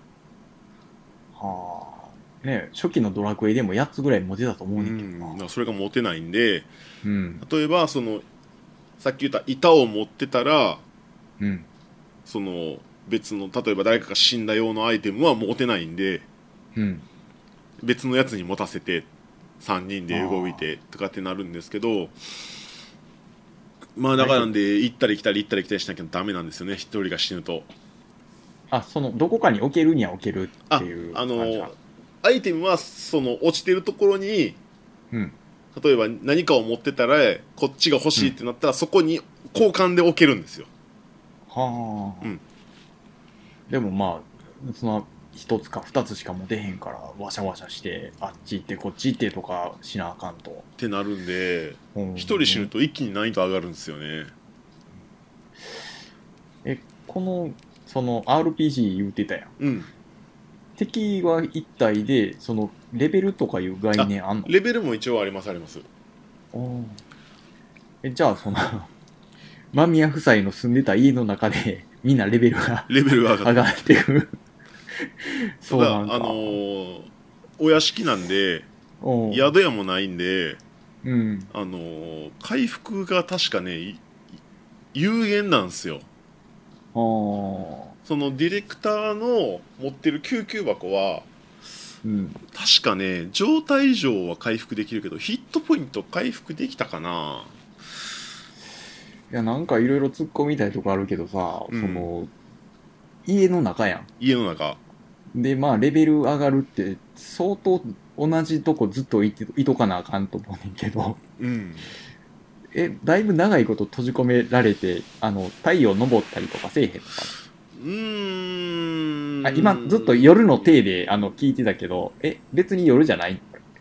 はあ。ねえ、初期のドラクエでもやっつぐらい持てたと思うねんけどな。 うん、だからそれが持てないんで、 うん。 例えばそのさっき言った板を持ってたら、 うん。 その別の例えば誰かが死んだ用のアイテムは持てないんで、 うん。 別のやつに持たせてさんにんで動いてとかってなるんですけど、まあだからなんで行ったり来たり行ったり来たりしなきゃダメなんですよね、ひとりが死ぬと。 あ、そのどこかに置けるには置けるっていうああ感じか。 のアイテムはその落ちてるところに、 うん例えば何かを持ってたらこっちが欲しいってなったら、そこに交換で置けるんですよ。 はあ、 うん、 でもまあその一つか二つしか持てへんからわしゃわしゃしてあっち行ってこっち行ってとかしなあかんと。 ってなるんで、 うん一人死ぬと一気に難易度上がるんですよね。 えこのその アールピージー 言うてたやん。 うん。 敵は一体でそのレベルとかいう概念あんの？ レベルも一応ありますあります。 おーえじゃあその間宮夫妻の住んでた家の中でみんなレベルがレベルが上がる。 上がっていくそうなんか。 ただあのーお屋敷なんでおー宿屋もないんで、 うんあのー回復が確かねい有限なんですよ。 あーそのディレクターの持ってる救急箱はうん確かね状態以上は回復できるけどヒットポイント回復できたかな。 いやなんかいろいろ突っ込みたいとこあるけどさ、 うんその家の中や家の中。 んでまあレベル上がるって相当同じとこずっといていとかなあかんと思うねんけどうんえだいぶ長いこと閉じ込められてあの太陽昇ったりとかせえへんのかうーんなあ今ずっと夜の体であの聞いてたけどえ別に夜じゃないの？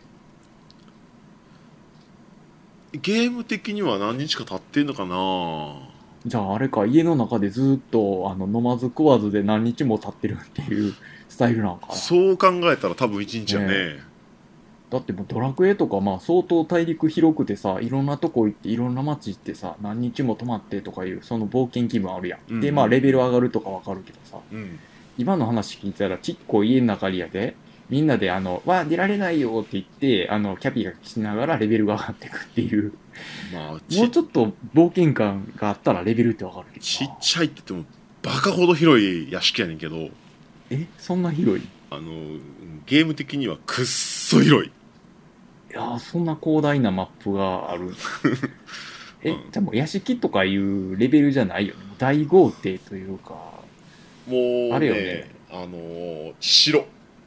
ゲーム的には何日か経ってんのかな。 じゃああれか家の中でずっとあの飲まず食わずで何日も経ってるっていうスタイルなんかな。 そう考えたら多分いちにちやね。 ねだってもうドラクエとかまあ相当大陸広くてさいろんなとこ行っていろんな街行ってさ何日も泊まってとかいうその冒険気分あるやん、 うんうんでまあレベル上がるとかわかるけどさうん今の話聞いたらちっこい家の中にやでみんなであのわ出られないよって言ってあのキャピがしながらレベルが上がっていくっていうまあもうちちょっと冒険感があったらレベルってわかるけどちっなちゃいって言ってもバカほど広い屋敷やねんけど、 えそんな広い？ あのゲーム的にはくっそ広い。 いやーそんな広大なマップがあるえ、 うんじゃあもう屋敷とかいうレベルじゃないよね大豪邸というかもうねあれよねあのー白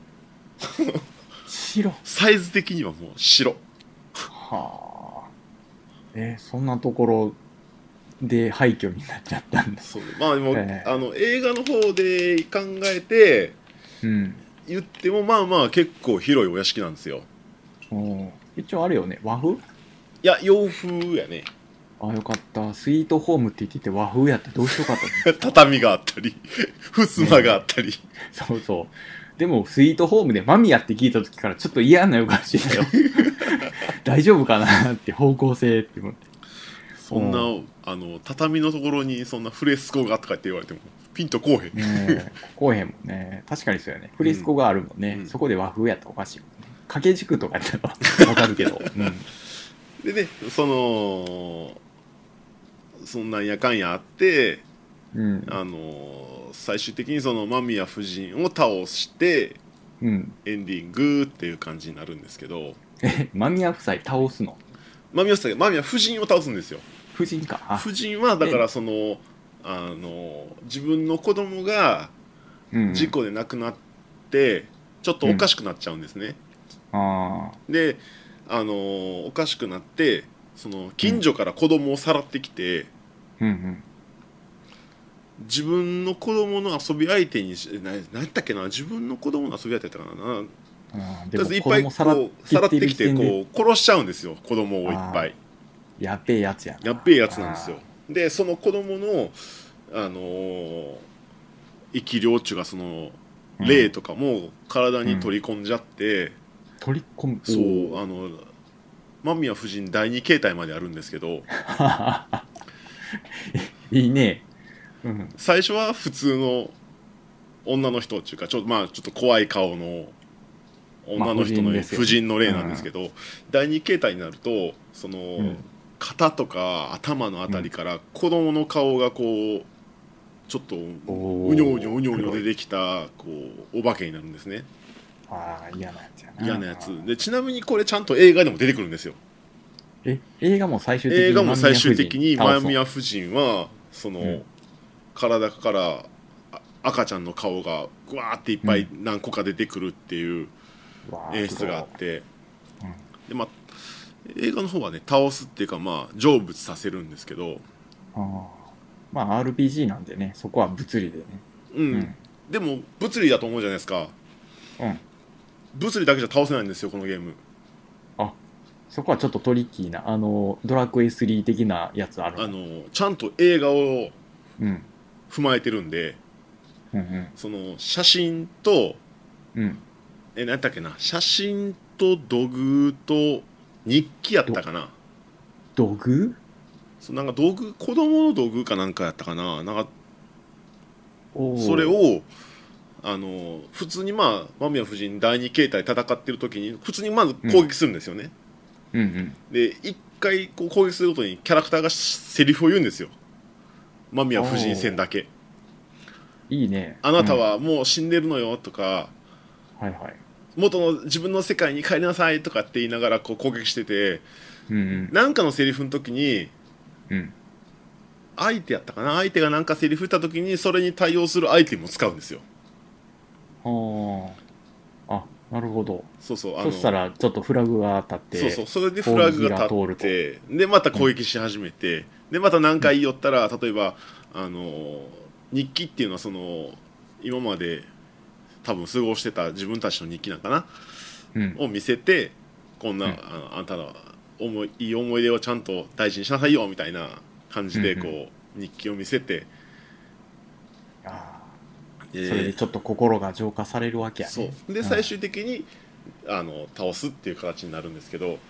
白サイズ的にはもう白。 はあえそんなところで廃墟になっちゃったんだ。 そうまあでも、 ええあの映画の方で考えてうん言ってもまあまあ結構広いお屋敷なんですよ。 お一応あれよね和風いや洋風やね。 あよかったスイートホームって言ってて和風やってどうしようかったね畳があったり襖があったり、 そうそうでもスイートホームでマミヤって聞いた時からちょっと嫌な予感してたよ大丈夫かなって方向性って思ってそんなうあの畳のところにそんなフレスコがとかって言われてもピンとこうへん。 ねえこうへんもんね確かにそうやねフレスコがあるもんね、 うんそこで和風やったらおかしいもんね掛け軸とかやったらわかるけど、うんでねそのそんなんやかんやあってうんあの最終的にその間宮夫人を倒してうんエンディングっていう感じになるんですけど、 え間宮夫妻倒すの間宮夫妻間宮夫人を倒すんですよ。 夫人かあ夫人はだからそのあの自分の子供がうん事故で亡くなってちょっとおかしくなっちゃうんですね。 あであのおかしくなってその近所から子供をさらってきて、 ーうんうん自分の子供の遊び相手にしな何やったっけな自分の子供の遊び相手やったかななあーとりあえずいっ子ぱいこ供さらっうさらってきて時点でこう殺しちゃうんですよ子供をいっぱい。 やっべえやつやなやっべえやつなんですよ。でその子供のあのー生き量っちゅうかそのうん霊とかも体に取り込んじゃって、 取り込むそうあの間宮夫人だいに形態まであるんですけどいいねうん最初は普通の女の人っていうかちょっとまあちょっと怖い顔の女の人のまあ婦人ですよ婦人の霊なんですけど、だいに形態になるとその、 うん肩とか頭のあたりから子供の顔がこうちょっとおーうにょうにょうにょうにょ出てきたこうお化けになるんですね。 ああ嫌なやつやな嫌なやつでちなみにこれちゃんと映画でも出てくるんですよ。 え映画も最終的に映画も最終的に間間宮宮夫人はその、 うん体からあ赤ちゃんの顔がぐわーっていっぱい何個か出てくるっていう演出があって、うん、でまあ映画の方はね倒すっていうかまあ成仏させるんですけど、 あまあ アールピージー なんでねそこは物理でね、 うん、うん、でも物理だと思うじゃないですか。 うん、 物理だけじゃ倒せないんですよこのゲーム。 あそこはちょっとトリッキーなあのドラクエスリー的なやつあるあのちゃんと映画を踏まえてるんで、うんうん、その写真と、うん、え何だっけな写真と土偶と日記やったかな。 土偶？ そうなんか道具子供の道具かなんかやったかな。なんかそれをあの普通にまあ間宮夫人だいに形態戦ってる時に普通にまず攻撃するんですよね、うんうんうん、で一回こう攻撃するごとにキャラクターがセリフを言うんですよ。間宮夫人戦だけ。 いいね。 あなたはもう死んでるのよとか、うん、はいはい、元の自分の世界に帰りなさいとかって言いながらこう攻撃してて、うんうん、なんかのセリフの時に、うん、相手やったかな相手がなんかセリフ言った時にそれに対応するアイテムを使うんですよ。 あ、なるほど。 そうそう、 あのそしたらちょっとフラグが立って、 そうそう、それでフラグが立ってでまた攻撃し始めて、うん、でまた何回言いよったら、例えばあの日記っていうのはその今まで多分過ごしてた自分たちの日記なんかな、うん、を見せてこんな、うん、あ, あんたの思いいい思い出をちゃんと大事にしなさいよみたいな感じでこう、うんうん、日記を見せて、 あそれでちょっと心が浄化されるわけやね。 そうで、うん、最終的にあの倒すっていう形になるんですけど、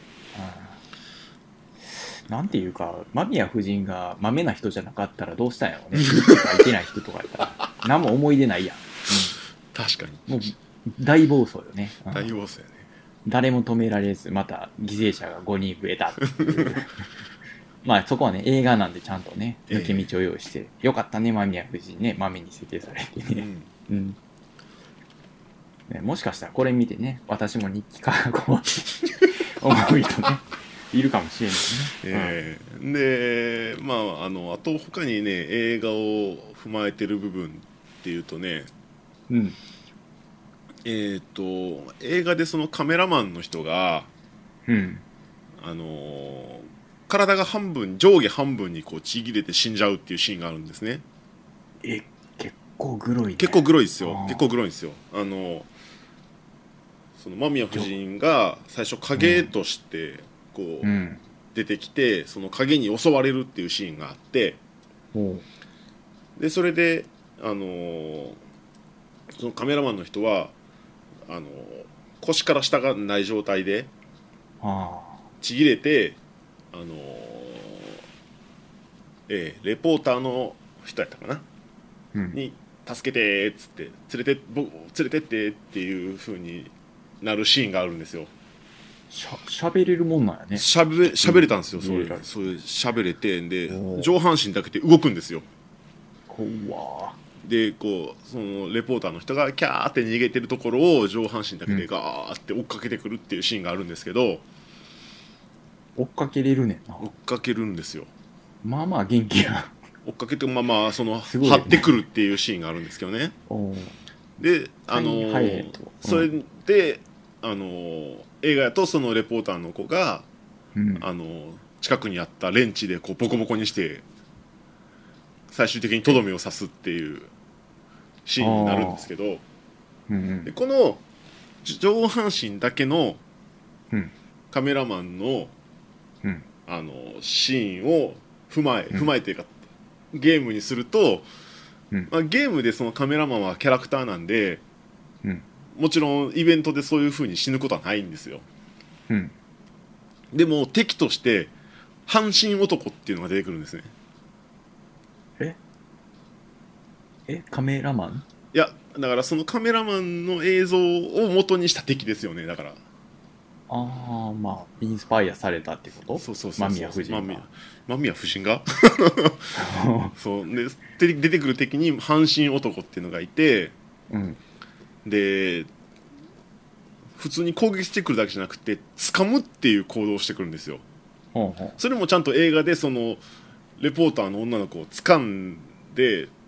なんていうか間宮夫人がまめな人じゃなかったらどうしたんやろうね。書いてない人とかやったら何も思い出ないやん、うん、 確かにもう大暴走よね、うん、 大暴走やね。 誰も止められずまた犠牲者がごにん増えたっていうまあそこはね映画なんでちゃんとね抜け道を用意して、えー、よかったね間宮夫人ね豆に設定されてね、うんうんね、もしかしたらこれ見てね私も日記書こうって思う人ねいるかもしれないね、 えーうん、でまああのあと他にね映画を踏まえてる部分っていうとね、うん、えーと映画でそのカメラマンの人が、うん、あのー体が半分上下半分にこうちぎれて死んじゃうっていうシーンがあるんですね。 え結構グロいね。 結構グロいですよ。結構グロいんですよ。あのその間宮夫人が最初影としてこう、うん、出てきてその影に襲われるっていうシーンがあって、うん、でそれであのー、そのカメラマンの人はあのー、腰から下がない状態でちぎれてあのーえー、レポーターの人やったかな、うん、に助けてっつって連れて僕連れてってっていう風になるシーンがあるんですよ。 しゃ喋れるもんなんやね。 しゃべしゃべれたんですよ、うん、それそれしゃべれてで上半身だけで動くんですよ。 怖でこうそのレポーターの人がキャーって逃げてるところを上半身だけでガーって追っかけてくるっていうシーンがあるんですけど、 追っかけれるねんな。 追っかけるんですよ。 まあまあ元気や。 追っかけてまあまあその、ね、張ってくるっていうシーンがあるんですけどね。であのーはいはいうん、それであのー、映画やとそのレポーターの子が、うん、あのー、近くにあったレンチでこうボコボコにして最終的にとどめを刺すっていうシーンになるんですけど、うんうん、でこの上半身だけのカメラマンのうん、あのシーンを踏まえ、うん、踏まえていうかゲームにすると、うんまあ、ゲームでそのカメラマンはキャラクターなんで、うん、もちろんイベントでそういう風に死ぬことはないんですよ、うん、でも敵として半身男っていうのが出てくるんですね。 ええカメラマン？ いやだからそのカメラマンの映像を元にした敵ですよね。だからああまあインスパイアされたってこと？ そうそうそうそう間宮夫人が間宮夫人がそうで出てくる敵に半身男っていうのがいて、うん、で普通に攻撃してくるだけじゃなくて掴むっていう行動をしてくるんですよ。ほうほうそれもちゃんと映画でそのレポーターの女の子を掴んで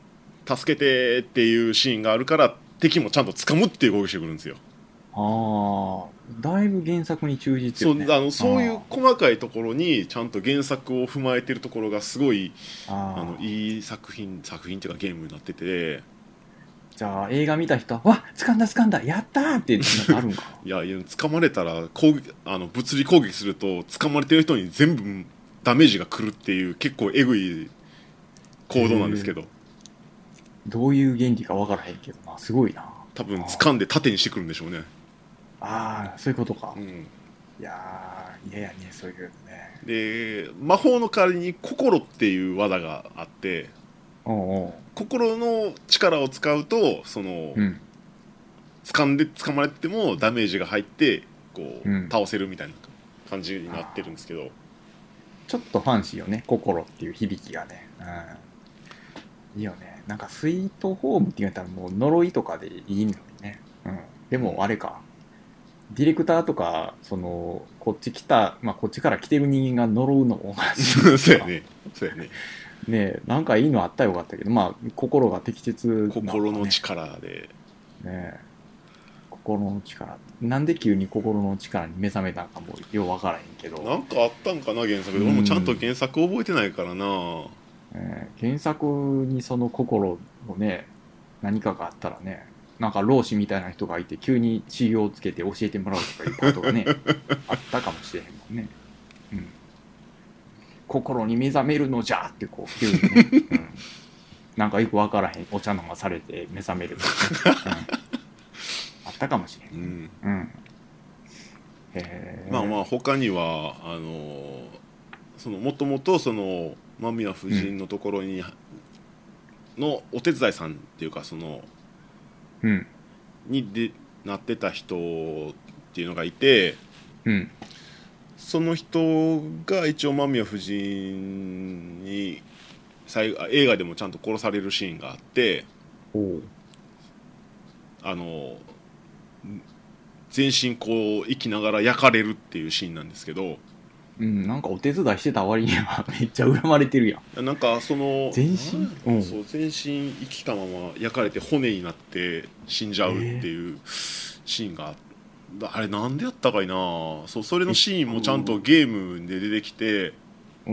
助けてっていうシーンがあるから敵もちゃんと掴むっていう動きしてくるんですよ。 ああ、だいぶ原作に忠実そうよね。 あのそういう細かいところにちゃんと原作を踏まえてるところがすごいああのいい作品作品っていうかゲームになってて、 じゃあ映画見た人は、わ掴んだ掴んだ、やったーってなんかあるんかいやいや掴まれたら攻撃あの物理攻撃すると掴まれてる人に全部ダメージが来るっていう結構エグい行動なんですけど、 どういう原理かわからへんけどな、すごいな。 多分掴んで縦にしてくるんでしょうね。 ああ、そういうことか。 うん、 いやー、嫌やね、そういうのね。 で魔法の代わりに心っていう技があって、 おうおう。 心の力を使うとその、 うん。 掴んで掴まれてもダメージが入ってこう、 うん、 倒せるみたいな感じになってるんですけど、 ちょっとファンシーよね、心っていう響きがね。うん。いいよね。なんかスイートホームって言われたらもう呪いとかでいいのにね。うん。でもあれか。ディレクターとか、その、こっち来た、まあこっちから来てる人間が呪うのもおかしい。 そうやねそうやねねえ、なんかいいのあったらよかったけど、まあ心が適切なのかね、 心の力でねえ、心の力。なんで急に心の力に目覚めたんかもようわからへんけど。 なんかあったんかな原作で。俺もちゃんと原作覚えてないからな。 えー原作にその心のね、何かがあったらね、なんか老子みたいな人がいて急に修行をつけて教えてもらうとかいうことがねあったかもしれへんもんね、うん、心に目覚めるのじゃってこう急にね、うん、なんかよくわからへんお茶飲まされて目覚めるとか、ね、うん、あったかもしれへん、 うんうん、へー。 まあまあ他にはあのそのもともとその間宮夫人のところに、のお手伝いさんっていうかそのうん、 にでなってた人っていうのがいて、 うん、 その人が一応間宮夫人に最後映画でもちゃんと殺されるシーンがあって、 おう、 あの全身こう生きながら焼かれるっていうシーンなんですけど、 うん、なんかお手伝いしてた割にはめっちゃ恨まれてるやん。 なんかその全身、うん、 そう全身生きたまま焼かれて骨になって死んじゃうっていうシーンがあって、あれなんでやったかいな。そうそれのシーンもちゃんとゲームで出てきて、 うん、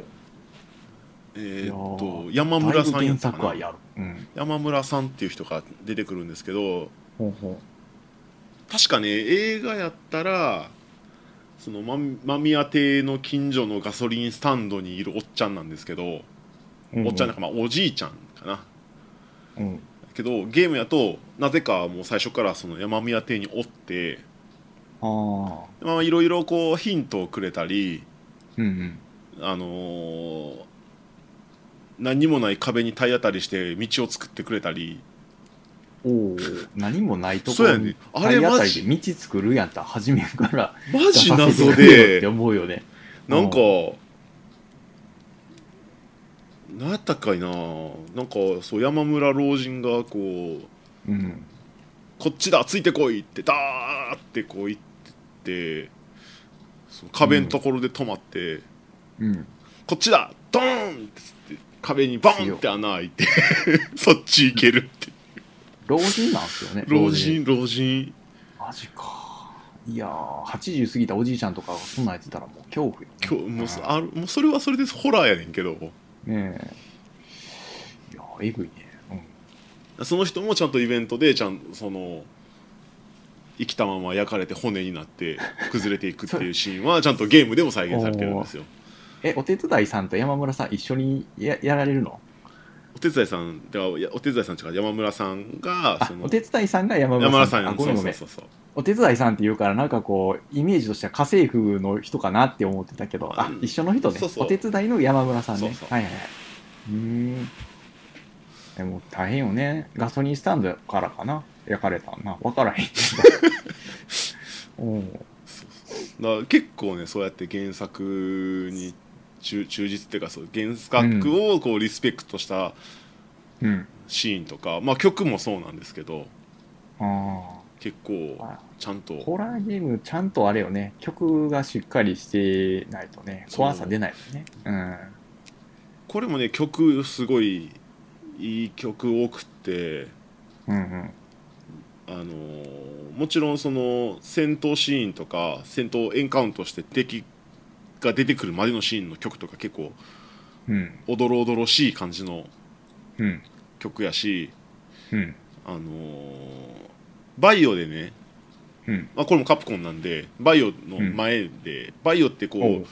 えー、っと山村さんやったかな、 はやる、うん、 山村さんっていう人が出てくるんですけど、 ほうほ確かね映画やったらその間宮邸の近所のガソリンスタンドにいるおっちゃんなんですけど、 う、 おっちゃんなんかまあおじいちゃんかな。 うん、 けどゲームやとなぜかもう最初からその山宮邸におって、 ああ、 まあいろいろこうヒントをくれたり、 うんうん、 あのー何にもない壁に体当たりして道を作ってくれたり。 おお、何もないとこそうやねろにあれ体当たマジりで道作るやったら初めからマジ謎出させてくれよってで思うよね。 なんか何やったかいな。なんかそう山村老人がこう、 うん、 こっちだついてこいってダーってこう言ってってその壁のところで止まって、 うん、 こっちだドーンってって壁にバーンって穴開いてそっち行けるって。 老人なんすよね。 老人老人マジか。いやー、はちじゅう過ぎたおじいちゃんとかがそんなんやってたらもう恐怖よ、ね、 今日もうそあもうそれはそれでホラーやねんけど、 ねえ、いやーえぐいね、 うん、その人もちゃんとイベントでちゃんその生きたまま焼かれて骨になって崩れていくっていうシーンはちゃんとゲームでも再現されてるんですよ。 え、お手伝いさんと山村さん一緒に や, やられるの？ お手伝いさんではお手伝いさんというか山村さんがそのお手伝いさんが山村さん。 山村さんあ、ごめんごめん。 そうそうそうそうお手伝いさんって言うからなんかこうイメージとしては家政婦の人かなって思ってたけど、あ、一緒の人ね。 そうそうお手伝いの山村さんね。 そうそうはいはいはい。うーん。でも大変よね。ガソリンスタンドからかな焼かれたな。分からへんけど。おう、 だから結構ねそうやって原作に忠忠実っていうかそう原作をこうリスペクトしたシーンとか、うん、まあ曲もそうなんですけど、 あ結構ちゃんとホラーゲームちゃんとあれよね、曲がしっかりしてないとね怖さ出ないよね。うん、 これもね曲すごいいい曲多くって、 うんうん。 あのーもちろんその戦闘シーンとか戦闘エンカウントして敵が出てくるまでのシーンの曲とか結構うん。 おどろおどろしい感じのうん。 曲やし、 うん。 あのーバイオでね、 うん。 まあ、これもカプコンなんでバイオのうん。 前で、バイオっておう。 こう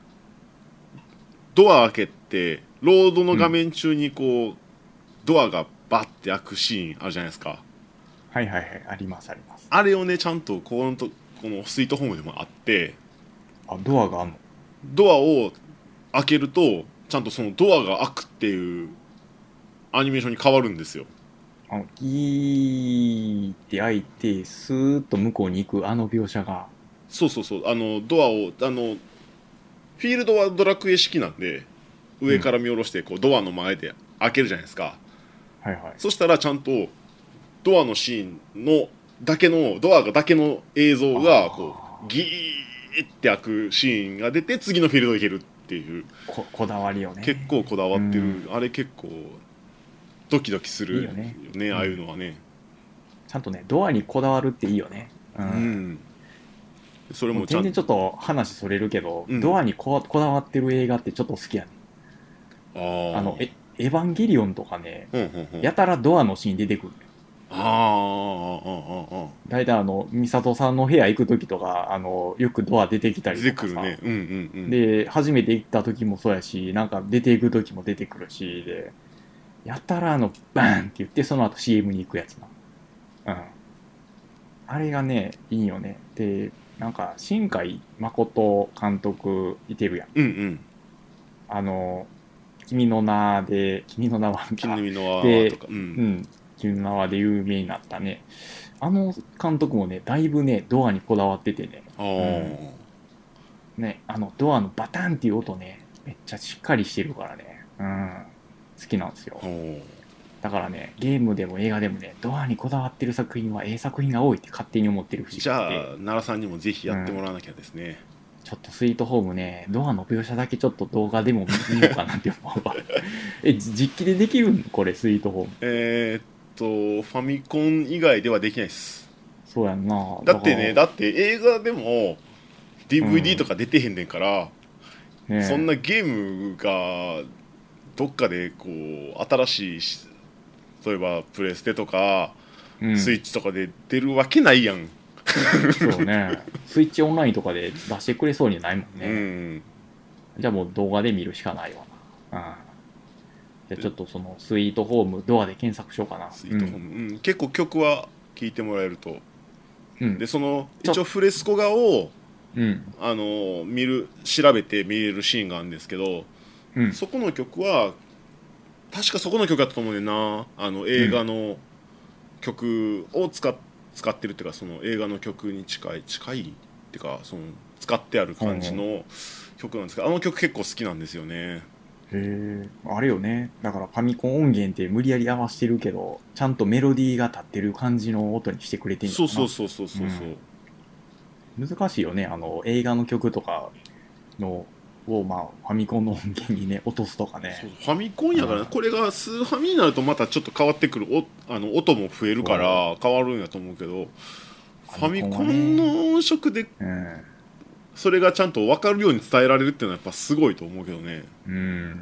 ドア開けてロードのうん。 画面中にこうドアがバッて開くシーンあるじゃないですか。 はいはいはい。ありますあります。 あれをねちゃんとこのとこのスイートホームでもあって、 あ、ドアがあんの？ ドアを開けるとちゃんとそのドアが開くっていうアニメーションに変わるんですよ。 あの、ギーって開いて、スーッと向こうに行くあの描写が。 そうそうそう、あのドアをあのフィールドはドラクエ式なんでうん。 上から見下ろしてこうドアの前で開けるじゃないですか。 はいはい。 そしたらちゃんとドアのシーンのだけのドアがだけの映像がこうあギーって開くシーンが出て次のフィールド行けるっていう、 あ、こ、こだわりよ結ね。 構こだわってる、 うん。 あれ結構ドキドキするよいいよね。 ね、ああいううん。 のはね。 ちゃんとね、ドアにこだわるっていいよね。ううん。 ん、それもうもちゃんと、 全然ちょっと話それるけど、 うん、 ドアにこ、こだわってる映画ってちょっと好きやね。 ああの、え、 あ、 エヴァンゲリオンとかね、 うんうんうん、 やたらドアのシーン出てくる。 ああ、ああ、ああ、 大体あの、ミサトさんの部屋行く時とか、あの、よくドア出てきたり出てとかさ。 くるね、うんうんうん、 で、初めて行った時もそうやし、なんか出ていく時も出てくるし、で、やたらあの、バーンって言って、その後 シーエム に行くやつな。うん。あれがね、いいよね。で、なんか、新海誠監督いてるやん。 うんうん、 あの、君の名で、君の名はか。 君の実の輪とで、 か、うん、 うん、君の名はで有名になったね。あの監督もね、だいぶね、ドアにこだわっててね。 あうん。 あ、 ね、あの、ドアのバタンっていう音ね、めっちゃしっかりしてるからね。うん。好きなんですよ。 おー、 だからね、ゲームでも映画でもね、ドアにこだわってる作品はええ作品が多いって勝手に思ってる節じゃあがあって、 奈良さんにもぜひやってもうん。 らわなきゃですね。 ちょっとスイートホームね、ドアの描写だけちょっと動画でも見見ようかなって思うわ。え、じ実機でできるんこれ、スイートホーム。 えーっとファミコン以外ではできないです。 そうやんな。だから、 だってね、だって映画でもうディーブイディー とん。 か出てへんねんから、そんねなゲームがどっかでこう新しいし、例えばプレステとかえ。うん。 スイッチとかで出るわけないやん。 そうね。スイッチオンラインとかで出してくれそうにないもんうね。 ん、 じゃあもう動画で見るしかないわな。うん。じゃあちょっとそのスイートホームドアで検索しようかな。 スイートホーうん。 ム、うん、結構曲は聴いてもらえると。 うん。 でそのちょ、 一応フレスコ画をうん。 あの見る調べて見れるシーンがあるんですけど、 うん。 そこの曲は確かそこの曲だったと思うねんな。あのうん。 映画の曲を使っ使ってるっていうか、その映画の曲に近い近いっていうか、その使ってあるうんうん。 感じの曲なんですけど、あの曲結構好きなんですよね。 へえ、あれよね。だからファミコン音源って無理やり合わせてるけど、ちゃんとメロディーが立ってる感じの音にしてくれてんやそうろな。 そうそうそうそうそう、 うん。難しいよね。あの、映画の曲とかの、を、まあ、ファミコンの音源にね、落とすとかね。 そうファミコンうん。 やからね、これがスーファミになるとまたちょっと変わってくる、おあの音も増えるかそう。 ら変わるんやと思うけど、ファミファミコンはコンね。 の音色でうん。 それがちゃんと分かるように伝えられるっていうのはやっぱすごいと思うけどね。 うん。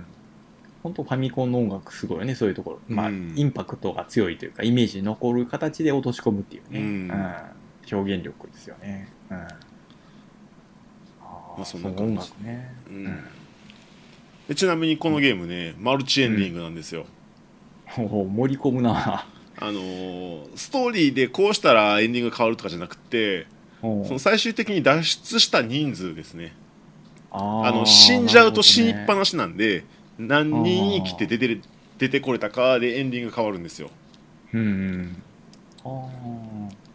本当ファミコンの音楽すごいよね、そういうところ。 うまあ、イんンパクトが強いというか、イメージに残る形で落とし込むっていううね。うん。 ん、 表現力ですよね。うん。ああ、 まあそんその音な感じ、 楽ね。うん。 うん、でちなみにこのゲームねマルチエうん。 ンディングなんですよ。 おお、盛り込むな。 あのーストーリーでこうしたらエンディングが変わるとかじゃなくて、 おお。 その最終的に脱出した人数ですね。あの死ああ、 んじゃうとなるほど死にっぱね。 なしなんで、何人生きてああ、 出てる出てこれたかでエンディングが変わるんですよ。 うんうん。ああ、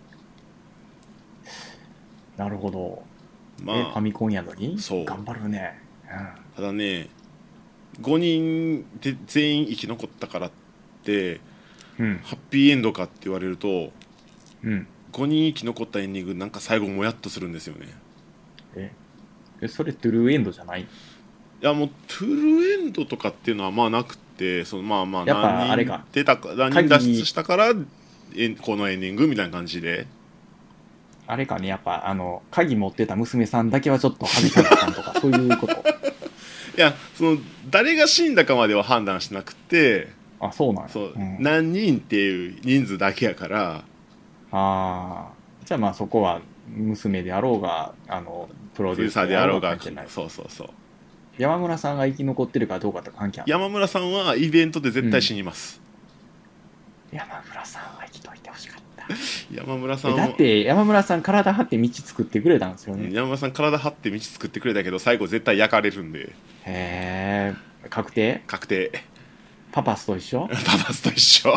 なるほど。え、フまあァミコンやのにそう、 頑張るね。 ただねごにんで全員生き残ったからってうん。うん。 ハッピーエンドかって言われると、 うん。 ごにん生き残ったエンディングなんか最後もやっとするんですよね。 え、え、それトゥルーエンドじゃない？ いやもうトゥルーエンドとかっていうのはまあなくてそのまあまあやっぱ何あれか人出たか何人脱出したからえんこのエンディングみたいな感じであれかね、やっぱあの鍵持ってた娘さんだけはちょっと外さなあかんとかそういうこと。 いやその誰が死んだかまでは判断してなくてあ、そうなんや。 そう、 うん、 何人っていう人数だけやから。 ああ、じゃあまあそこは娘であろうがあのプロデューサーであろうが関係ない。 そうそうそう。 山村さんが生き残ってるかどうかと関係ある。 山村さんはイベントで絶対死にます、 うん、山村さんは生きといてほしかった。 山村さんはだって山村さん体張って道作ってくれたんですよね。 山村さん体張って道作ってくれたけど最後絶対焼かれるんで。 へえ、確定確定。 パパスと一緒パパスと一緒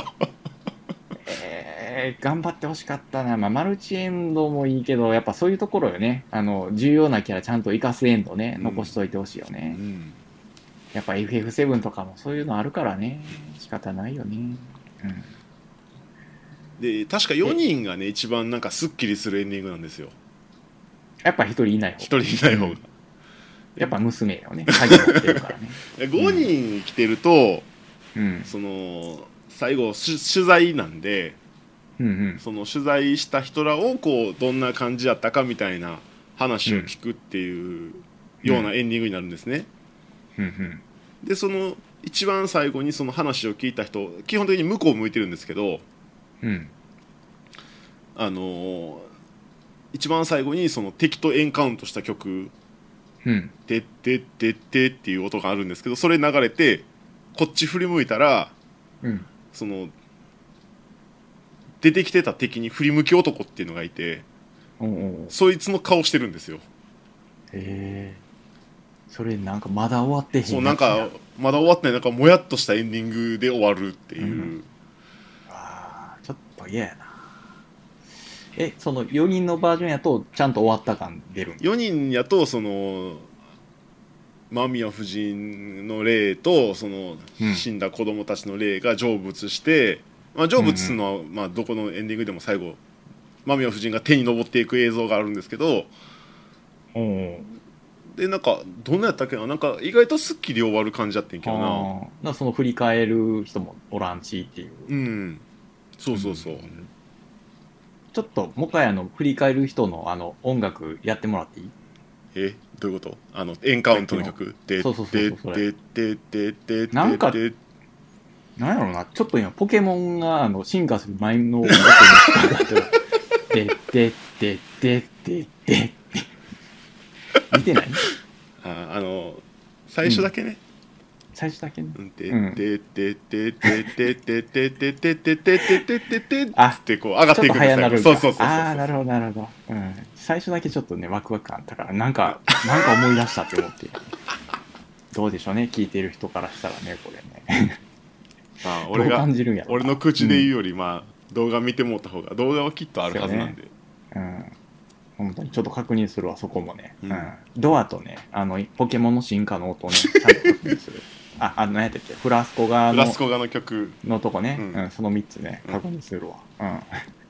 えー、頑張ってほしかったな、まあ、マルチエンドもいいけどやっぱそういうところよね、あの重要なキャラちゃんと生かすエンドね、うん、残しといてほしいよね、うん、やっぱ エフエフセブン とかもそういうのあるからね、仕方ないよね、うん、 で確かよにんがね一番なんかスッキリするエンディングなんですよ。 やっぱひとりいない方ひとりいない方が、うん、 やっぱ娘よね、鍵持ってるからねごにん来てると、 うん、 その最後取材なんで、 うんうん、その取材した人らをこうどんな感じやったかみたいな話を聞くっていうようなエンディングになるんですね、 うんうん、 でその一番最後にその話を聞いた人基本的に向こう向いてるんですけど、 うん、 あのー、一番最後にその敵とエンカウントした曲うん、 でってってってっていう音があるんですけど、それ流れてこっち振り向いたら、 うん、 その出てきてた敵に振り向き男っていうのがいて、 おうおう、 そいつの顔してるんですよ。 へえ、それなんかまだ終わってへんやつや。 そうなんかまだ終わってない、なんかもやっとしたエンディングで終わるっていう、うん、 あーちょっと嫌やな。え、そのよにんのバージョンやとちゃんと終わった感出るん？ よにんやとその間宮夫人の霊とその死んだ子供たちの霊が成仏して、うん、まあ、成仏するのは、うん、まあ、どこのエンディングでも最後間宮夫人が手に登っていく映像があるんですけど、 うん、 でなんかどんなやったっけな、なんか意外とすっきり終わる感じだったんけどな。 あな、その振り返る人もおらんちっていう。 うん、そうそうそう、うん、 ちょっともかやの振り返る人のあの音楽やってもらっていい？ えどういうこと？あのエンカウントの曲でそうそうそうそう、 でででででなんかなんやろうな、ちょっと今ポケモンがあの進化する前の音にでででででで見てない？ ああの最初だけね、うん、 最初だけね。 ででででででででででででででであってこう上がっていくんですよ。そうそうそうそう。 ああ、なるほどなるほど。うん。最初だけちょっとねワクワク感あったからなんかなんか思い出したって思って。どうでしょうね、聞いてる人からしたらねこれね。 ああ俺が感じるんやろ。 俺の口で言うより、うん、まあ動画見てもらった方が動画はきっとあるはずなんで。 うね、うん。本当にちょっと確認するわそこもね。うん。うん、ドアとねあのポケモンの進化の音をねちゃんと確認する。あ、あの何やったっけ、フラスコガのフラスコガの曲のとこね、 うんうん、そのみっつね確認するわ、うん、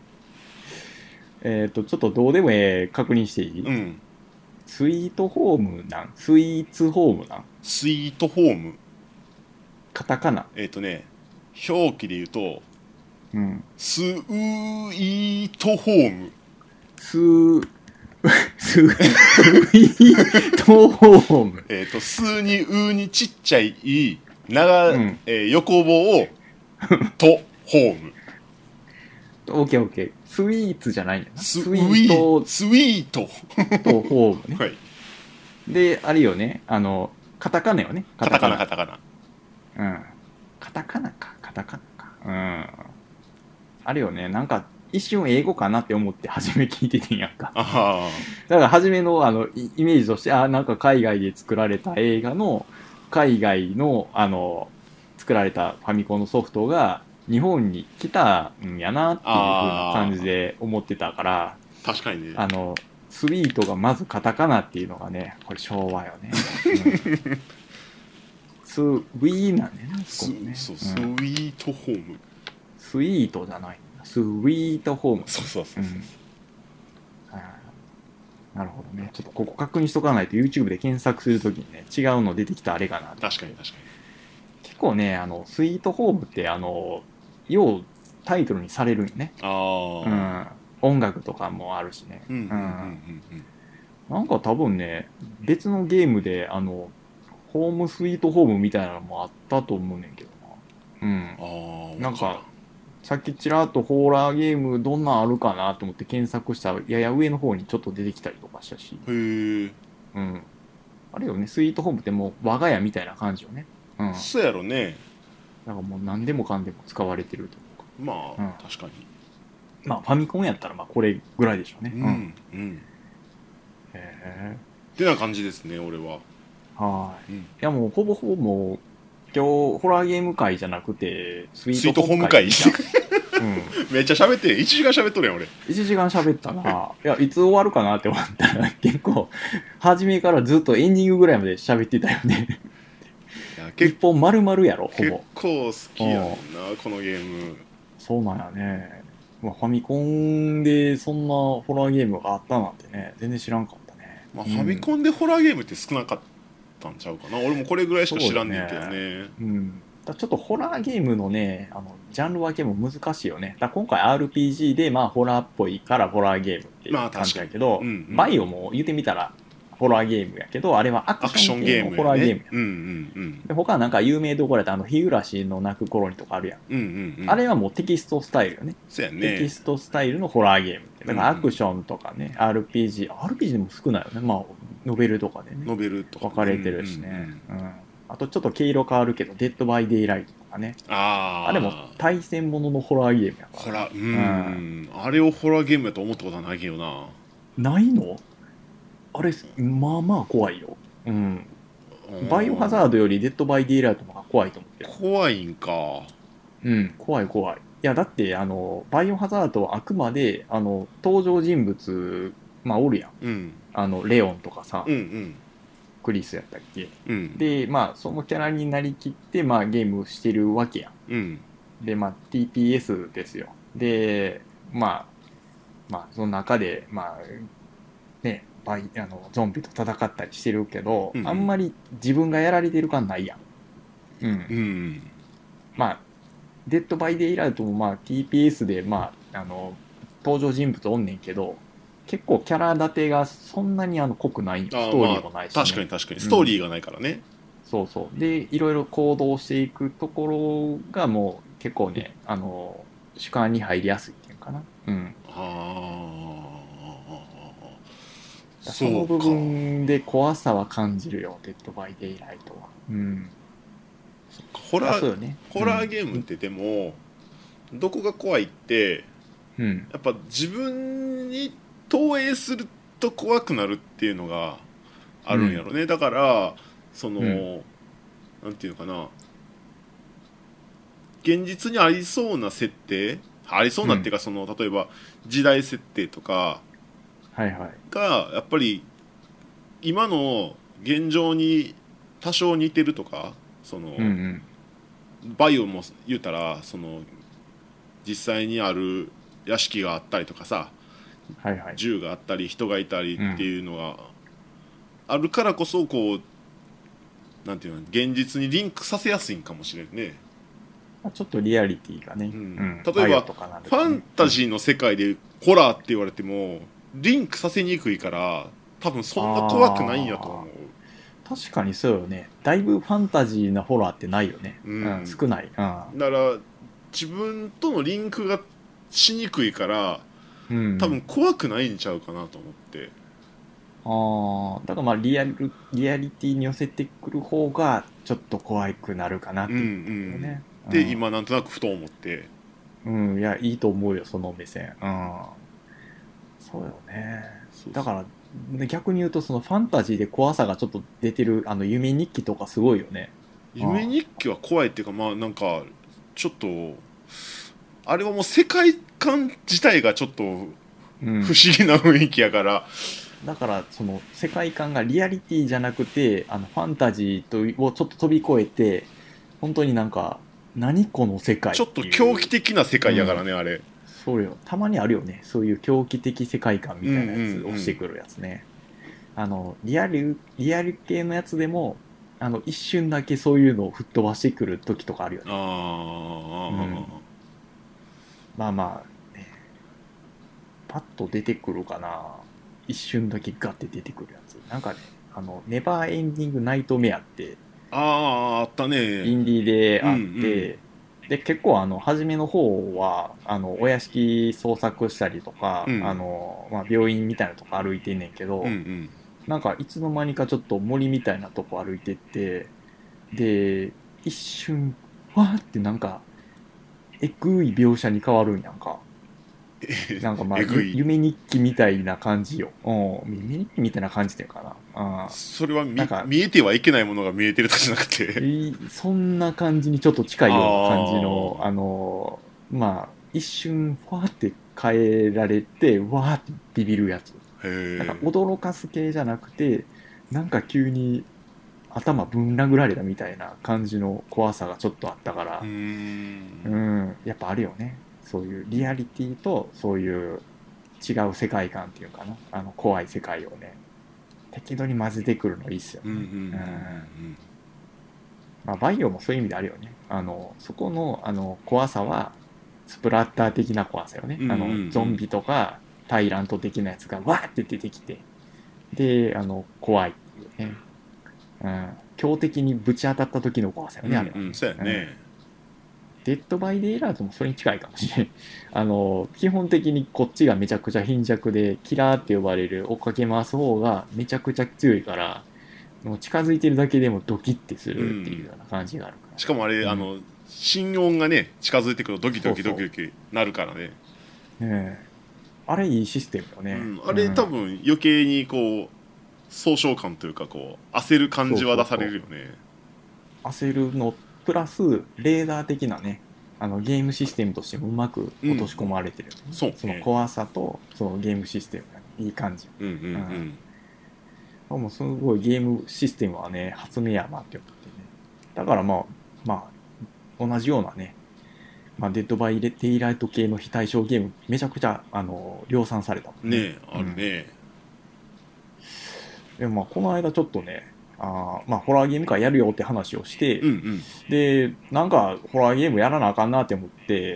えっとちょっとどうでもええ確認していい？うん、スイートホームなん？スイーツホームなん？ スイートホームカタカナ。 えっ、ー、とね表記で言うと、 うん、 スイートホームスースイートホームえっとスにウにちっちゃいい長、うんえー、横棒をとホーム。 オッケーオッケー。スイーツじゃないんだな。 スイートスイートとホームね。 はい。 であれよね、あのカタカナよね。 カタカナカタカナ。 うん。カタカナかカタカナか。うん。あれよね、なんか。一瞬英語かなって思って初め聞いててんやんか。 あだから初めのあのイメージとして、あなんか海外で作られた映画の海外のあの作られたファミコンのソフトが日本に来たんやなっていう風な感じで思ってたから、 確かにね、 あのスイートがまずカタカナっていうのがね、これ昭和よね。うん、スウィーなんでね、 そこもね。そう、スイートホーム。 スイートじゃない。スイートホーム。 そうそうそうそう、うん、 なるほどね。ちょっとここ確認しとかないと YouTube で検索するときにね違うの出てきたあれかな。 確かに確かに。 結構ねあのスイートホームってあのようタイトルにされるんよね。 ああ、 うん、音楽とかもあるしね。 うんうんうんうんうん。 なんか多分ね別のゲームであのホームスイートホームみたいなのもあったと思うねんけどな。うん。 ああ、 なんかわからん。 さっきちらっとホラーゲームどんなんあるかなと思って検索したらやや上の方にちょっと出てきたりとかしたし。 へえ。 うん。あれよね、スイートホームってもう我が家みたいな感じよね。うん。 そうやろね。 なんかもう何でもかんでも使われてるというか。 まあ、 うん。 確かに。 まあファミコンやったらまあこれぐらいでしょうね。 うん、うん。 へえ。 ってな感じですね、俺は。 はい。 うん、 いやもうほぼほぼもう今日ホラーゲーム会じゃなくてスイスイートートホームホーム会。 会じゃん。うん。 めっちゃ喋ってる。いちじかん喋っとるやん、俺。 いちじかん喋ったな。いや、いつ終わるかなって思ったら、結構、初めからずっとエンディングぐらいまで喋ってたよね。 いや一結本丸々やろ、ほ結ぼ。 構好きやねんな、このゲーム。 そうなんやね。まあ、ファミコンでそんなホラーゲームがあったなんてね、全然知らんかったね。 まあ、 うんファミコンでホラーゲームって少なかったんちゃうかな。俺もこれぐらいしか知らんねんけどね。 うん。だちょっとホラーゲームのね、あの、ジャンル分けも難しいよね。だ今回 アールピージー で、まあ、ホラーっぽいからホラーゲームっていうまあ感じやけど、 確かにうんうんバイオも言ってみたらホラーゲームやけど、あれはアアクションクションゲームや系のホラーゲームや。。 ねうんうんで他はなんか有名どころやったらあの、日暮の泣く頃にとかあるやん。 うん。うんうんうん。 あれはもうテキストスタイルよね。 そうやね。 テキストスタイルのホラーゲームって。だからアクションとかね、アールピージー、アールピージー でも少ないよね。まあ、ノベルとかでね。 ノベルとか、 分かれてるしね。 うんうんうんうん。あとちょっと毛色変わるけど、デッドバイデイライトとかね。 ああ。 あれも対戦もののホラーゲームやから。 ホラー、うん、あれをホラーゲームやと思ったことはないけどな。 ないのあれ、まあまあ怖いよ。うん。バイオハザードよりデッドバイデイライトの方が怖いと思ってる。 怖いんか。 うん、怖い怖い。いや、だって、あの、バイオハザードはあくまで、あの、登場人物、まあ、おるやん。 うんあの、レオンとかさ、 うんうんクリスやったっけ。 うんで、まあ、そのキャラになりきって、まあ、ゲームをしてるわけやん。 うんで、まあ、ティーピーエス ですよ。で、まあ、まあ、その中で、まあ、ね、バイあのゾンビと戦ったりしてるけど、 うんうんあんまり自分がやられてる感ないやん。うん。 うんまあ、デッドバイデイライトもまあ ティーピーエス で、まあ、あの、登場人物おんねんけど、結構キャラ立てがそんなにあの濃くないよ。ストあーーリーもないし、ねまあ、確かに確かにストーリーがないからね。 そうそう。で、いろいろ行動していくところがもう結構ね、あの、主観に入りやすいっていうかな。うん。 ああ、 その部そうか。 分で怖さは感じるよ、デッドバイデイライトは。うん。 ホラー、 あそうよね。 ホラーゲームってでも、どこが怖いってうん。うん。 やっぱ自分に投影すると怖くなるっていうのがあるんやろね、だからその、 うんなんていうのかな、現実にありそうな設定ありそうなっていうか、その例えば時代設定とかはいはい。 がやっぱり今の現状に多少似てるとか、その、 うんうん。 バイオも言うたらその実際にある屋敷があったりとかさ、 はいはい。 銃があったり人がいたりっていうのがあるからこそ、こうなんていうの、現実にリンクさせやすいんかもしれんね。 まあちょっとリアリティがね。 うんうん、 例えばバイオとかなるとねファンタジーの世界でホラーって言われてもリンクさせにくいから、多分そんな怖くないんやと思う。 確かにそうよね。だいぶファンタジーなホラーってないよね。 ううんん、少ない。 だから自分とのリンクがしにくいからうん。うん、 多分怖くないんちゃうかなと思って、 ああ、だからまあリアル、リアリティに寄せてくる方がちょっと怖くなるかなってうんういうことね。 ん、でうん、 今なんとなくふと思って、 うん、いや、いいと思うよ、その目線。うん。そうよね。 そうそうだから、逆に言うと、そのファンタジーで怖さがちょっと出てる、あの、夢日記とかすごいよね。 夢日記は怖いっていうか、まあなんかちょっとあれはもう世界観自体がちょっとうん不。思議な雰囲気やから、 だから、その、世界観がリアリティじゃなくて、あの、ファンタジーとをちょっと飛び越えて、本当になんか、何この世界ちょっと狂気的な世界やからね、あれ。 そうよ。たまにあるよね。そういう狂気的世界観みたいなやつうんうんうんをしてくるやつね。あの、リアル、リアル系のやつでも、 あの一瞬だけそういうのを吹っ飛ばしてくる時とかあるよね。 ああ、 うん、まあまあ、ね、パッと出てくるかな。一瞬だけガッて出てくるやつ。なんかね、あの、ネバーエンディングナイトメアって、 ああ、あったね。 インディーでうんうあっん。 て、で、結構あの、初めの方は、あの、お屋敷捜索したりとか、あうんの、まあ、病院みたいなとこ歩いてんねんけうんうど、 ん。 なんかいつの間にかちょっと森みたいなとこ歩いてって、で、一瞬、わーってなんか、えぐい描写に変わるんやんか。なんかまあ、ゆえぐい。 夢日記みたいな感じよ。うん、夢日記みたいな感じっていうかな。うん。 それは見なんか、 見えてはいけないものが見えてるとかじゃなくて。 いそんな感じにちょっと近いような感じの、 ああ、 あの、まあ、一瞬、ふわーって変えられて、わーってビビるやつ。 へなんかえ。 驚かす系じゃなくて、なんか急に頭ぶん殴られたみたいな感じの怖さがちょっとあったかうーら、うん。 ん、やっぱあるよね。そういうリアリティとそういう違う世界観っていうかな。あの怖い世界をね、適度に混ぜてくるのいいっすようんうんうんうね。うん。 んまあ、バイオもそういう意味であるよね。あの、そこの、あの、怖さは、スプラッター的な怖さよね。 うんうんうあの、ゾンんビとか、タイラント的なやつがわーって出てきて、で、あの、怖いっていうね。うん。強敵にぶち当たった時の怖さようんね、あれはね。 うん、そうやうん。 ね。 デッドバイデイラートもそれに近いかもしれん。あの、基本的にこっちがめちゃくちゃ貧弱で、キラーって呼ばれる追っかけ回す方がめちゃくちゃ強いから、もう近づいてるだけでもドキッてするっていうような感じがあるからね。 しかもあれ、 うん。 あの心音がね近づいてくるとドキドキドそうそキドキなるからね。 う。ねえ。あれいいシステムよね。 うん、あれ多うん。 分余計にこう総称感というかこう焦る感そうじは出さそうそう。 れるよね。 焦るの、プラス、レーダー的なね、あの、ゲームシステムとしてもうまく落とし込うん、 まれてるよね。そのそうね。 怖さと、そのゲームシステムがいい感じ。 うんうんううん。 んもうすごいゲームシステムはね、発明やなって思ってね。だからまあ、まあ、同じようなね、まあ、デッドバイデイライト系の非対称ゲーム、めちゃくちゃ、あの、量産されたもんね。 ねえ、 うん。 あるね。 でもまあ、この間ちょっとね、あまあ、ホラーゲーム会やるよって話をして、 うんうんで、なんか、ホラーゲームやらなあかんなって思って、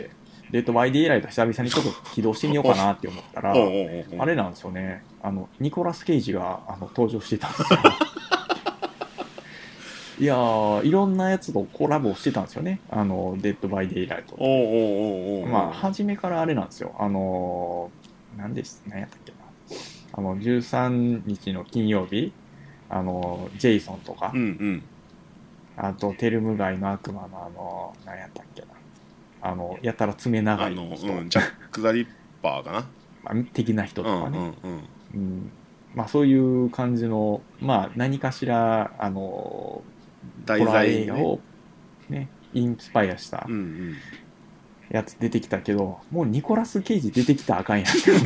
デッドバイデイライト久々にちょっと起動してみようかなって思ったおおら、 おおおあれなんですよね。あの、ニコラス・ケイジがあの登場してたんですよ。いやー、いろんなやつとコラボしてたんですよね。あの、デッドバイデイライトっおおて。 おおまあ、 お初めからあれなんですよ。あのー、なんでし、なんやったっけな。あの、じゅうさんにちの金曜日、あの、ジェイソンとか、 うんうんあと、テルム街の悪魔のあの、なんやったっけな。あの、やたら爪長あの、 い人、 うん、ジャック・ザ・リッパーかな。 まあ、的な人うんうんとかね。 うんうん。まあ、そういう感じの、まあ、何かしら、あの、ホ題ラー材にね。 映画をね、インスパイアしたうんうんやつ出てきたけど、もうニコラス・ケイジ出てきたらあかんやんって思って。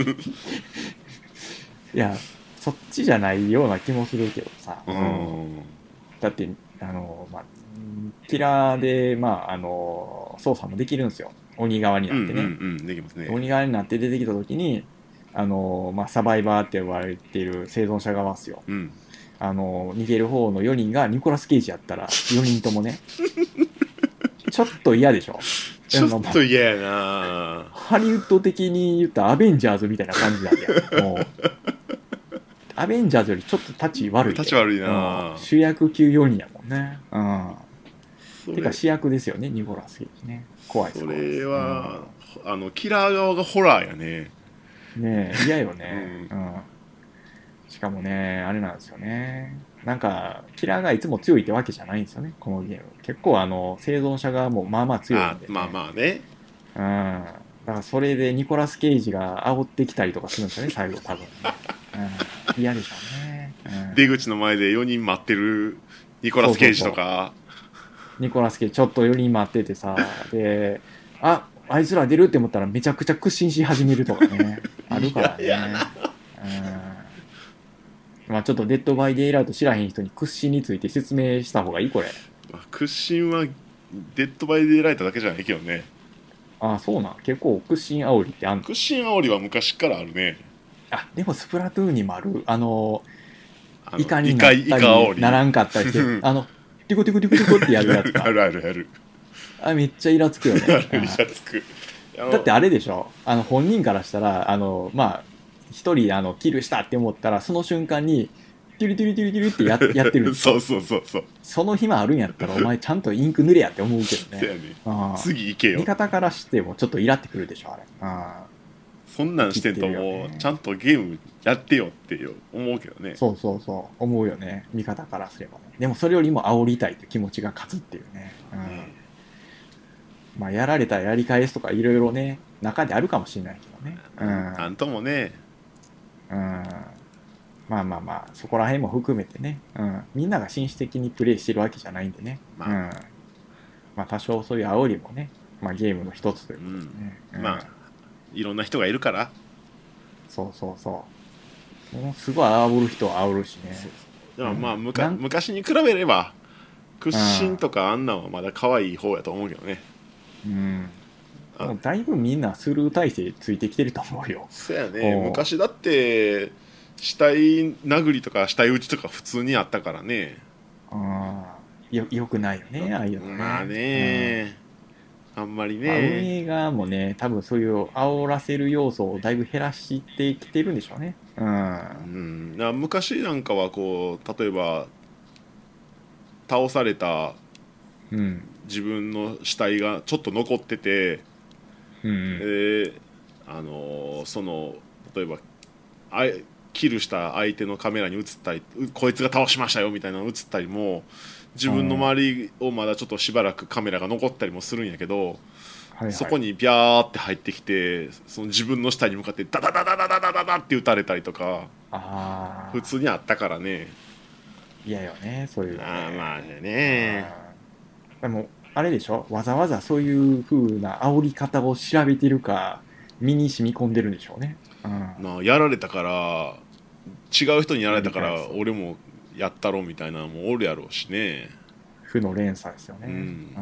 いや、そっちじゃないような気もするけどさ。 ううん。 んだって、あの、まあ、キラーで、まあ、あの、操作もできるんですよ。鬼側にうんうんなってね。 うんできますね。 鬼側になって出てきた時に、あの、まあ、サバイバーって呼ばれている生存者側っすよ。 うんあの、逃げる方のよにんがニコラス・ケイジやったら、よにんともね、ちょっと嫌でしょ。 ちょっでもと嫌やな。 ハリウッド的に言ったらアベンジャーズみたいな感じなんだよ。もう、アベンジャーズよりちょっと立ち悪いで。 立ち悪いうんな。 主役級よにんやもんね。うん。 それてか主役ですよね、ニコラス・ケイジね。怖いです、 そ怖いです。 れは、あのキラー側がホラーやね。 うん、ねえ、嫌ようね。 んうん。しかもね、あれなんですよね。なんか、キラーがいつも強いってわけじゃないんですよね、このゲーム。結構、あの、生存者がもうまあまあ強いんで、ね。 あまあまあね。 うん。だからそれでニコラス・ケイジが煽ってきたりとかするんですよね、最後多分ね。うん。嫌でしょうね。うん。 出口の前でよにん待ってるニコラス・ケイジとか。 ニコラス・ケイジちょっとよにん待っててさ、で、あ、あいつら出るって思ったらめちゃくちゃ屈伸し始めるとかね。あるからね。 嫌やな。 うん。まあちょっとデッドバイデイライト知らへん人に屈伸について説明した方がいいこれ。 屈伸はデッドバイデイライトだけじゃないけどね。 ああ、そうなん。結構屈伸煽りってあんの。 屈伸煽りは昔からあるね。 あ、でもスプラトゥーンにもある。あの、 あのイカになったイカイカ煽りりならんかったりしてあのティコティコティコティコってやるやつかあるあるあるあめっちゃイラつくよねあるイラつくあのだってあれでしょあの本人からしたらあのまあ一人あのキルしたって思ったらその瞬間にティリティリティリティリってややってるんですそうそうそうそうその暇あるんやったらお前ちゃんとインク塗れやって思うけどねせやねあ次行けよ味方からしてもちょっとイラってくるでしょあれあそんなんしてんともうちゃんとゲームやってよって思うけどねそうそうそう思うよね味方からすればねでもそれよりも煽りたいという気持ちが勝つっていうね、うんうんまあやられたらやり返すとかいろいろね中であるかもしれないけどねうんなんともねうんまあまあまあそこら辺も含めてね、うん、みんなが紳士的にプレイしてるわけじゃないんでね、 まあうんまあ、多少そういう煽りもね、まあ、ゲームの一つということですね、 うんまあいろんな人がいるからそうそうそうもうすごい煽る人は煽るしねでもまあ、 うんむかなん昔に比べれば屈伸とかあんなんはまだ可愛い方やと思うけどねうんあもうだいぶみんなスルー体制ついてきてると思うよそやねおう昔だって死体殴りとか死体打ちとか普通にあったからねあよよくないよねああいうのねまあね、うん、あんまりね、 まあ、運営側もね多分そういう煽らせる要素をだいぶ減らしてきてるんでしょうねうんうん、な昔なんかはこう例えば倒されたうん自分の死体がちょっと残ってて、 うんうんであのその例えばあいキルした相手のカメラに映ったりうこいつが倒しましたよみたいなの映ったりも自分の周りをまだちょっとしばらくカメラが残ったりもするんやけど、 はいはい、 そこにビャーって入ってきてその自分の死体に向かってダダダダダダダダダって撃たれたりとかあ普通にあったからね。 嫌よねそういうのねあーまあねでもあれでしょわざわざそういう風な煽り方を調べてるか身に染み込んでるんでしょうね、うんまあやられたから違う人にやられたからやり返す俺もやったろみたいなのもおるやろうしね。 負の連鎖ですよね、 うん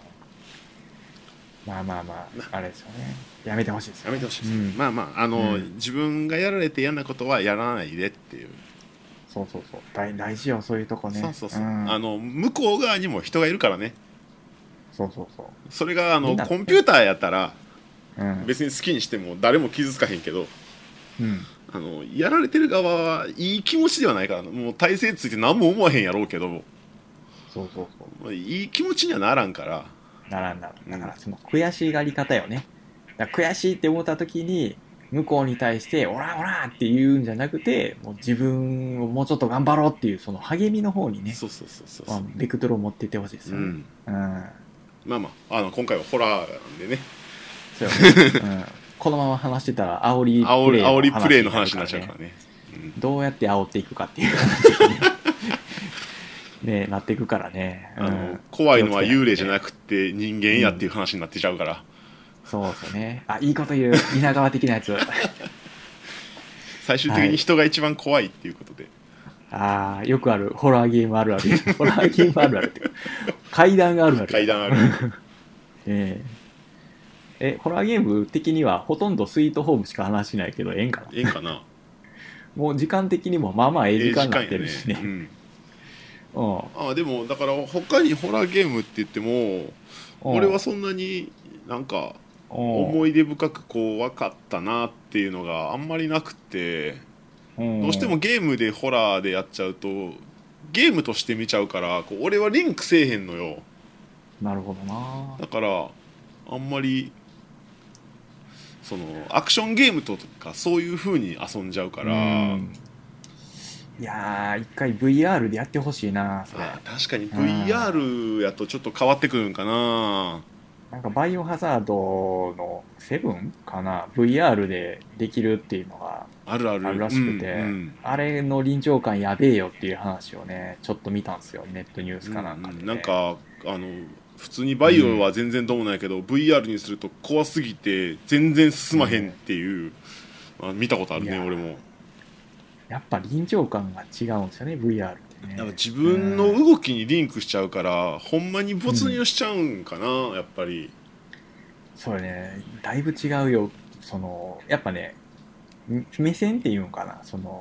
まあまあまああれですよねやめてほしいですよねやめてほしいです、 うんまあまああの、 うん自分がやられて嫌なことはやらないでっていう、 そうそうそう大大事よそういうとこねそうそうそう、 んあの向こう側にも人がいるからね。 そうそうそうそれがあのみんなコンピューターやったらうん別に好きにしても誰も傷つかへんけど、 うんあのやられてる側はいい気持ちではないからもう体勢ついて何も思わへんやろうけど、 そうそうそまあ、いい気持ちにはならんからうならんならんだからその悔しがり方よねだから悔しいって思った時に向こうに対してオラオラって言うんじゃなくてもう自分をもうちょっと頑張ろうっていうその励みの方にねそうそうそうそうまあ、ベクトルを持っていってほしいですよね、 うんうん、 まあまああの今回はホラーなんでねそうよね、うん、このまま話してたら煽り煽りプレイ煽りプレイの話話になっちゃうねからね、うんどうやって煽っていくかっていう話にねねなっていくからね、うん、 あの怖いのは幽霊じゃなくくて人間やっていう話になってちゃうから、 そうですよねあいいこと言う稲川的なやつ最終的に人が一番怖いっていうことで、 ああよくあるホラーゲームあるあるホラーゲームあるあるっていうか階段があるある階段あるえええホラーゲーム的にはほとんどスイートホームしか話しないけどええんかなええんかなもう時間的にもまあまあええ時間になってるしねええ時間やねうんうん、あでもだから他にホラーゲームって言ってもうん俺はそんなになんかうん思い出深くこう分かったなっていうのがあんまりなくて、 うんどうしてもゲームでホラーでやっちゃうとゲームとして見ちゃうからこう俺はリンクせえへんのよ。 なるほどなだからあんまりそのアクションゲームとかそういう風に遊んじゃうから、 うんいやー一回 ブイアール でやってほしいなそれあ確かに ブイアール やとちょっと変わってくるんかな。 なんかバイオハザードのセブンかな ブイアール でできるっていうのがあるあるあるらしくて、 うんうんあれの臨場感やべえよっていう話をねちょっと見たんですよネットニュースかなんかで、ねうんうんなんかあの普通にバイオは全然どうもないけど、うん、ブイアール にすると怖すぎて全然進まへんっていう、うん、あ見たことあるね俺も。 やっぱ臨場感が違うんですよね ブイアール ってね。 なんか自分の動きにリンクしちゃうから、うん、ほんまに没入しちゃうんかな、うん、やっぱり。 それねだいぶ違うよそのやっぱね目線っていうんかなその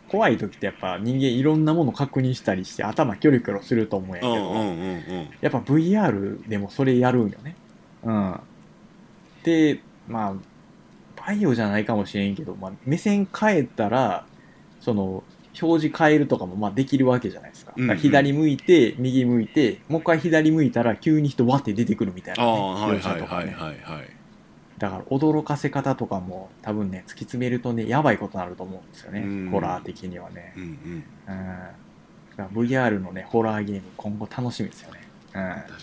怖い時ってやっぱ人間いろんなもの確認したりして頭キョロキョロすると思うんやけど、 うんうんうんうん。 やっぱ ブイアール でもそれやるんよね。うん。で、まあ、バイオじゃないかもしれんけど、まあ、目線変えたら、その、表示変えるとかもまあできるわけじゃないですか。だから左向いて、右向いて、もう一回左向いたら急に人わって出てくるみたいなね。 ああ、はい描写はいとかね。 はいはいはい。 だから驚かせ方とかも多分ね、突き詰めるとね、やばいことになると思うんですよね。 うんホラー的にはね。 うんうん。 うん。だから ブイアール のね、ホラーゲーム今後楽しみですよね。うん。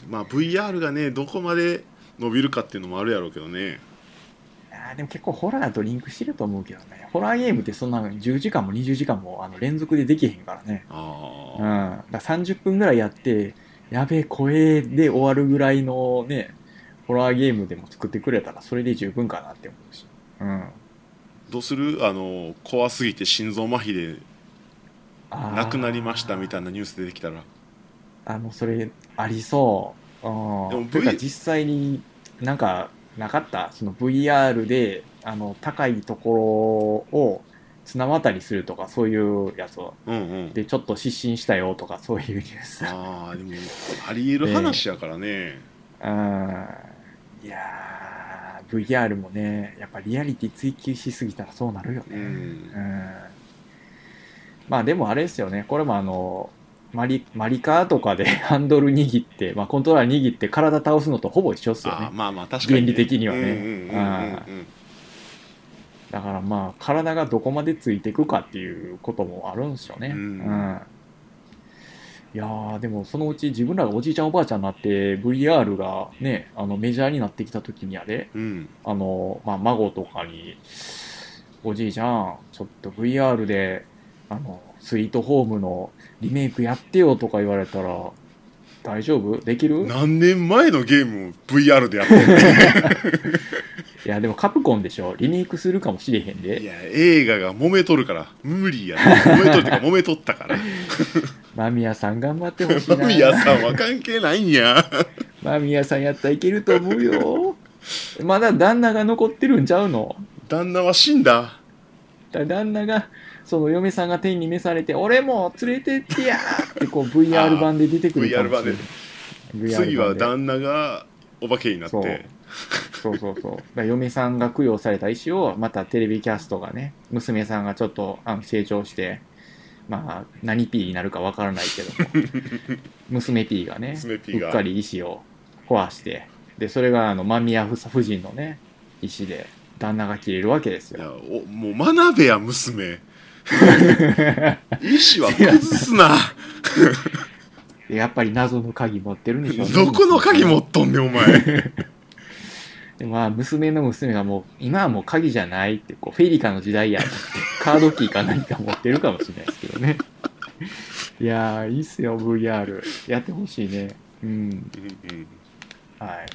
まあ ブイアール がねどこまで伸びるかっていうのもあるやろうけどね。 あーでも結構ホラーとリンクしてると思うけどね。ホラーゲームってそんなじゅうじかんもにじゅうじかんもあの連続でできへんからね。 あうん。 あ。 だからさんじゅっぷんぐらいやって、やべえ、怖えで終わるぐらいのね、ホラーゲームでも作ってくれたらそれで十分かなって思うし。うん。 どうするあの怖すぎて心臓麻痺で亡くなりましたみたいなニュース出てきたら。 あの、それ、ありそう。うん。 でもというか V- 実際になんか、なかったその ブイアール で、あの、高いところを綱渡りするとか、そういうやつを。 うんうん。 で、ちょっと失神したよとか、そういうニュース。 ああでもありえる話やからね。 うん。いやー、ブイアール もね、やっぱリアリティ追求しすぎたらそうなるよね。 うんうんまあでもあれですよね。これもあの、マリ、マリカーとかでハンドル握って、まあコントローラー握って体倒すのとほぼ一緒っすよね。 ああまあまあ確かに、ね、 原理的にはねうんうんうんうんうんだからまあ体がどこまでついていくかっていうこともあるんですよね。 うんうんいやーでもそのうち自分らがおじいちゃんおばあちゃんになって ブイアール がね、あのメジャーになってきた時にあれ、 うんあの、まあ孫とかに、おじいちゃん、ちょっと ブイアール で、あの、スイートホームのリメイクやってよとか言われたら、大丈夫できる何年前のゲームを ブイアール でやってるねいや、でもカプコンでしょリメイクするかもしれへんいで。 や映画が揉めとるから無理や、ね、揉めとるってか揉めとったから間宮さん頑張ってほしいな。 間宮さんは関係ないんや間宮さんやったらいけると思うよ。まだ旦那が残ってるんちゃうの旦那は死んだ。 だ旦那が、その嫁さんが天に召されて、俺も連れてってやーってこう ブイアール 版で出てくるかもしれない。 ブイアール 版でブイアール次は版で旦那がお化けになっそうてそうそうそう。だから嫁さんが供養された石を、またテレビキャストがね、娘さんがちょっとあの成長して、まあ、何 P になるかわからないけども、娘 P がね、 娘 P がうっかり石を壊して、で、それがあの、間宮夫人のね、石で、旦那が切れるわけですいやよ。 おもう学べや娘意志は崩すなでやっぱり謎の鍵持ってるんでしょうね。 どこの鍵持っとんねんお前でまあ、娘の娘がもう、今はもう鍵じゃないって、こう、フェリカの時代やって、カードキーか何か持ってるかもしれないですけどね。いやー、いいっすよ、ブイアール。やってほしいね。うん。 うんうんはい。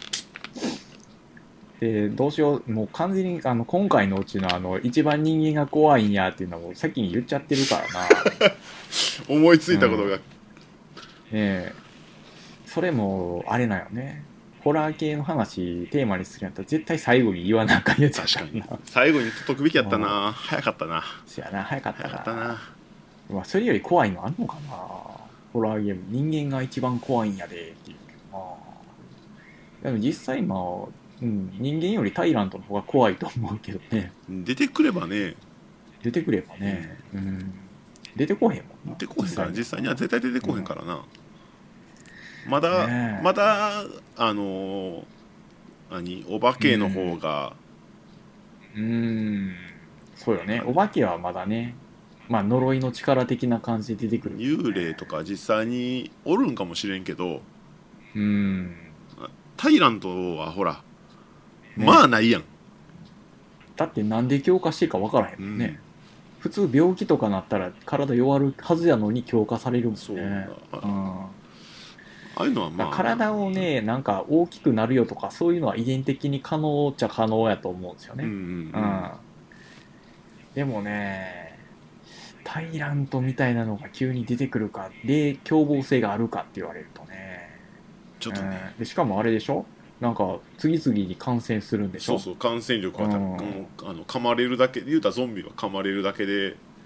で、どうしよう、もう完全に、あの、今回のうちの、あの、一番人間が怖いんやっていうのを先に言っちゃってるからな。 思いついたことが、 ねえ。それも、あれなよね。ホラー系の話、テーマにするんやったら、絶対最後に言わなあかんやつや確かにな。 最後に届くべきやったな。早かったな。 そやな、早かったな。 早かったな。 まあ、それより怖いのあんのかなホラーゲーム。人間が一番怖いんやで、っていうけどな。でも実際まあ、うん、人間よりタイラントの方が怖いと思うけどね。 出てくればね、 出てくればね。うん。出てこへんもんな。 出てこへんから、実際には絶対出てこへんからな。 うんまだ、 ねえまだ、あのー何、お化けの方が、 うーん。そうよね。お化けはまだね、まあ呪いの力的な感じで出てくる、 幽霊とか実際におるんかもしれんけど、 うーん。 タイラントはほら、 ねまあないやん。 だってなんで強化してるか分からへんもんね。普通病気とかなったら体弱るはずやのに強化されるもんね。 そううんああいうのはまあ体をね、なんか大きくなるよとか、そういうのは遺伝的に可能っちゃ可能やと思うんですよね。 うんうんうんでもね、タイラントみたいなのが急に出てくるか、で、凶暴性があるかって言われるとね。 ちょっとね、 うんでしかもあれでしょなんか、次々に感染するんでしょそうそう感染力は高うんもうあの噛まれるだけで言うたらゾンビは噛まれるだけで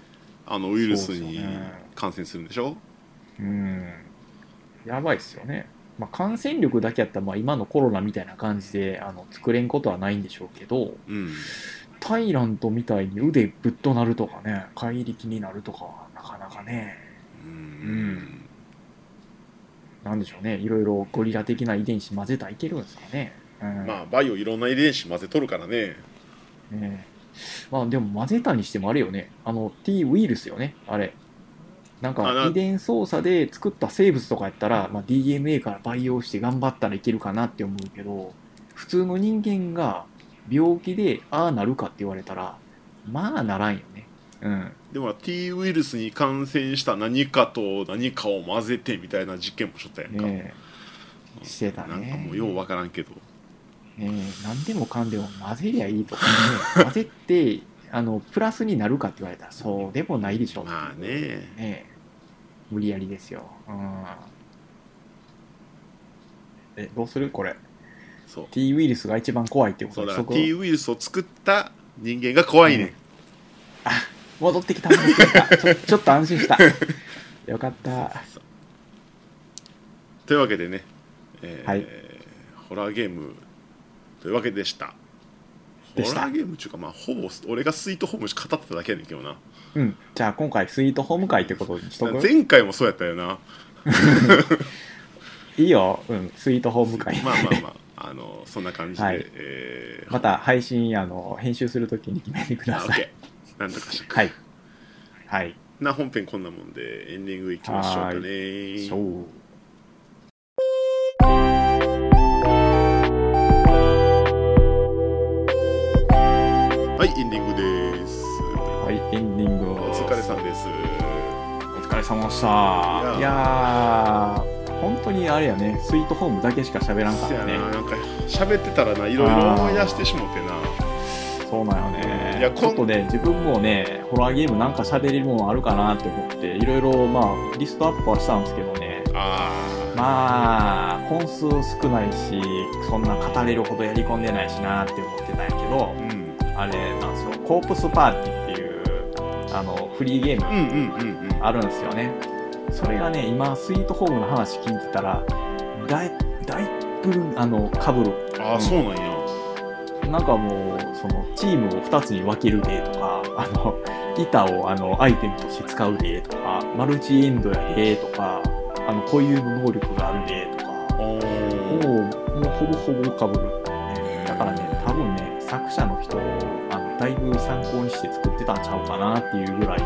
あのウイルスに感染するんでしょ。 うん、やばいっすよね。まあ、感染力だけやったら、まあ、今のコロナみたいな感じであの作れんことはないんでしょうけど、 うん、 タイラントみたいに腕ぶっとなるとかね、怪力になるとかはなかなかね、 うん、うん、なんでしょうね、いろいろゴリラ的な遺伝子混ぜたらいけるんですかね。うん、 まあバイオいろんな遺伝子混ぜとるからね。 ねまあでも混ぜたにしてもあれよね、あの T ウイルスよね、あれ。なんか遺伝操作で作った生物とかやったら、まあ、ディーエヌエー から培養して頑張ったらいけるかなって思うけど、普通の人間が病気でああなるかって言われたらまあならんよね。うん、 でも T ウイルスに感染した何かと何かを混ぜてみたいな実験もしとったやんか、 ねえ、してたね。 なんかもうようわからんけど、 ねえ、何でもかんでも混ぜりゃいいとかね混ぜてあのプラスになるかって言われたらそうでもないでしょう。 まあねねえ、無理やりですよ。うん、え、どうするこれ。 そう T ウイルスが一番怖いってことそうだからそこ T ウイルスを作った人間が怖いね、うん、 あ、戻ってきた戻ってきたちょ、ちょっと安心したよかった。 というわけでね、えーはい、 ホラーゲームというわけでしたホラーゲームっていうか、まあ、ほぼ俺がスイートホームしか語ってただけやねんけどな。 うん、じゃあ今回スイートホーム会ってことにしとく。 前回もそうやったよないいよ、うん、スイートホーム会まあまあまあ、あのそんな感じで、はい、えー、 また配信あの編集するときに決めてください。 なんとかしてくはい、はい、 な本編こんなもんでエンディングいきましょうかね。 そうはい、エンディングです。 はい、エンディング。 お疲れさんです。 お疲れ様でした。いやー、本当にあれやね、スイートホームだけしか喋らんかったね。 な、なんか喋ってたらな、いろいろ思い出してしもてな。 そうなんよね。いや、ちょっとね、自分もね、ホラーゲームなんか喋れるものあるかなって思って、いろいろまあリストアップはしたんですけどね。 あまあ本数少ないし、そんな語れるほどやり込んでないしなって思ってたんやけど。うん、あれなんですよ、コープスパーティーっていうあのフリーゲームあるんですよね。それがね、今スイートホームの話聞いてたらだいだいぶあの被る。 ああ、うん、そうなんや。 なんかもうそのチームをふたつに分けるでとか、あの板をあのアイテムとして使うでとか、マルチエンドやでとか、あの固有の能力があるでとか、もうもうほぼほぼ被る、ね。だからね、多分ね、作者の人をあのだいぶ参考にして作ってたんちゃうかなっていうぐらい、うん、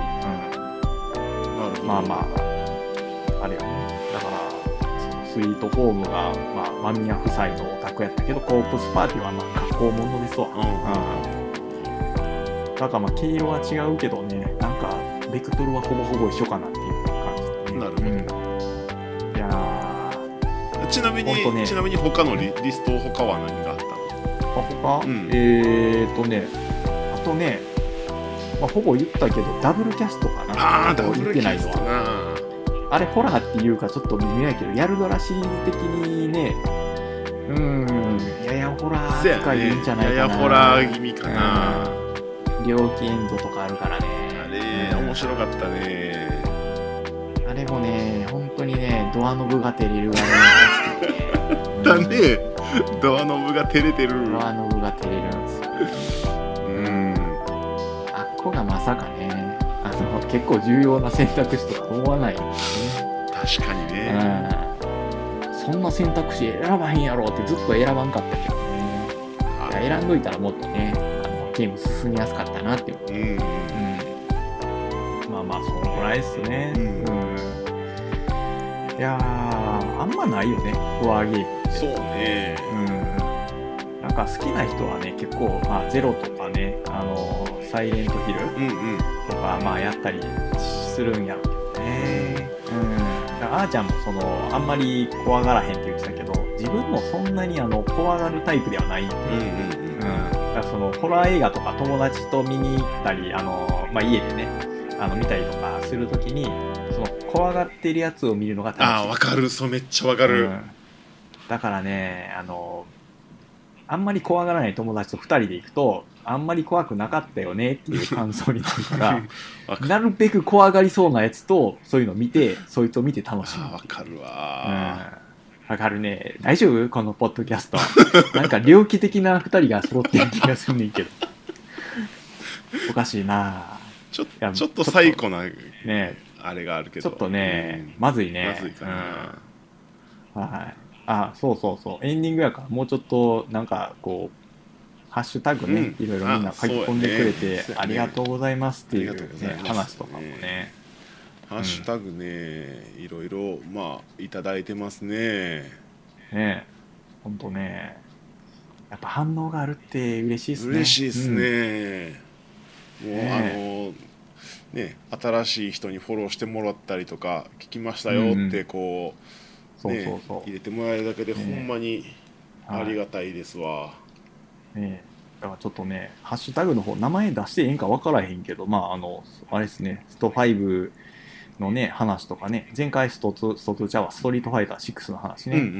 まあまああれよね。だからそのスイートホームが、まあ、間宮夫妻のお宅やったけど、コープスパーティーはまあ学校ものですわ。うんうん、だからまあ毛色は違うけどね、なんかベクトルはほぼほぼ一緒かなっていう感じだね。 なるほど。うん、いやちなみに、ね、ちなみに他の リ, リスト他は何があったの？ 他、うん、えーとね、あとね、まあ、ほぼ言ったけどダブルキャストかな。 ああ、ダブルキャストな。 あれホラーっていうかちょっと微妙やけど、ヤルドラシリーズ的にね、うーん、ややホラー扱いいいんじゃないかな。 ややホラー気味かな。 うん、猟奇エンドとかあるからね。 あれ、うん、面白かったね。 あれもね、本当にね、ドアノブが照れるわね。だね、ドアノブが照れてる。 ドアノブが照れるんですよ。うん。あっこがまさかね、あの結構重要な選択肢とか思わないんですね。 確かにね。 うん。そんな選択肢選ばへんやろってずっと選ばんかったけどね。いや選んどいたらもっとね、あのゲーム進みやすかったなって思う。うん。うん、まあまあそのぐらいですね。うん。うん、いやー、あんまないよね、ホラーゲームって。 そうね。 うん。なんか好きな人はね、結構、まあ、ゼロとかね、あのー、サイレントヒルとか、まあ、やったりするんやろうけどね。うん。あーちゃんも、その、あんまり怖がらへんって言ってたけど、自分もそんなにあの怖がるタイプではないんで、うんうんうん。うん。だからその、ホラー映画とか友達と見に行ったり、あのー、まあ、家でね、あの見たりとかするときに、その怖がってるやつを見るのが楽しい。 ああ、わかる。そう、めっちゃわかる、うん。 だからね、あのあんまり怖がらない友達とふたりで行くと、 あんまり怖くなかったよねっていう感想になるからなるべく怖がりそうなやつとそういうのを見てそいつを見て楽しむ。 わかるわ、 うん、わかるね。大丈夫このポッドキャストなんか猟奇的なふたりが揃ってる気がするねんけどおかしいな。 ちょちょっと最高なねあれがあるけどちょっとね、 うん、 まずいね。 まずいかな、 うん、はい。あ、そうそうそう。エンディングやからもうちょっとなんかこうハッシュタグね、うん、いろいろみんな書き込んでくれて、ね、ありがとうございますっていう、ね、話とかもね。 ハッシュタグね、うん、いろいろまあいただいてますね。 ね、ほんとね。やっぱ反応があるって嬉しいですね。 嬉しいですね。うん、もう、ね、あのね新しい人にフォローしてもらったりとか聞きましたよってこう、うんね、そうそうそう入れてもらえるだけでほんまにありがたいですわ。はいね、だからちょっとねハッシュタグの方名前出していいんか分からへんけどまああのあれですねストファイブのね話とかね前回ストツストツちゃうわストリートファイターシックスの話ね、うんうんうん、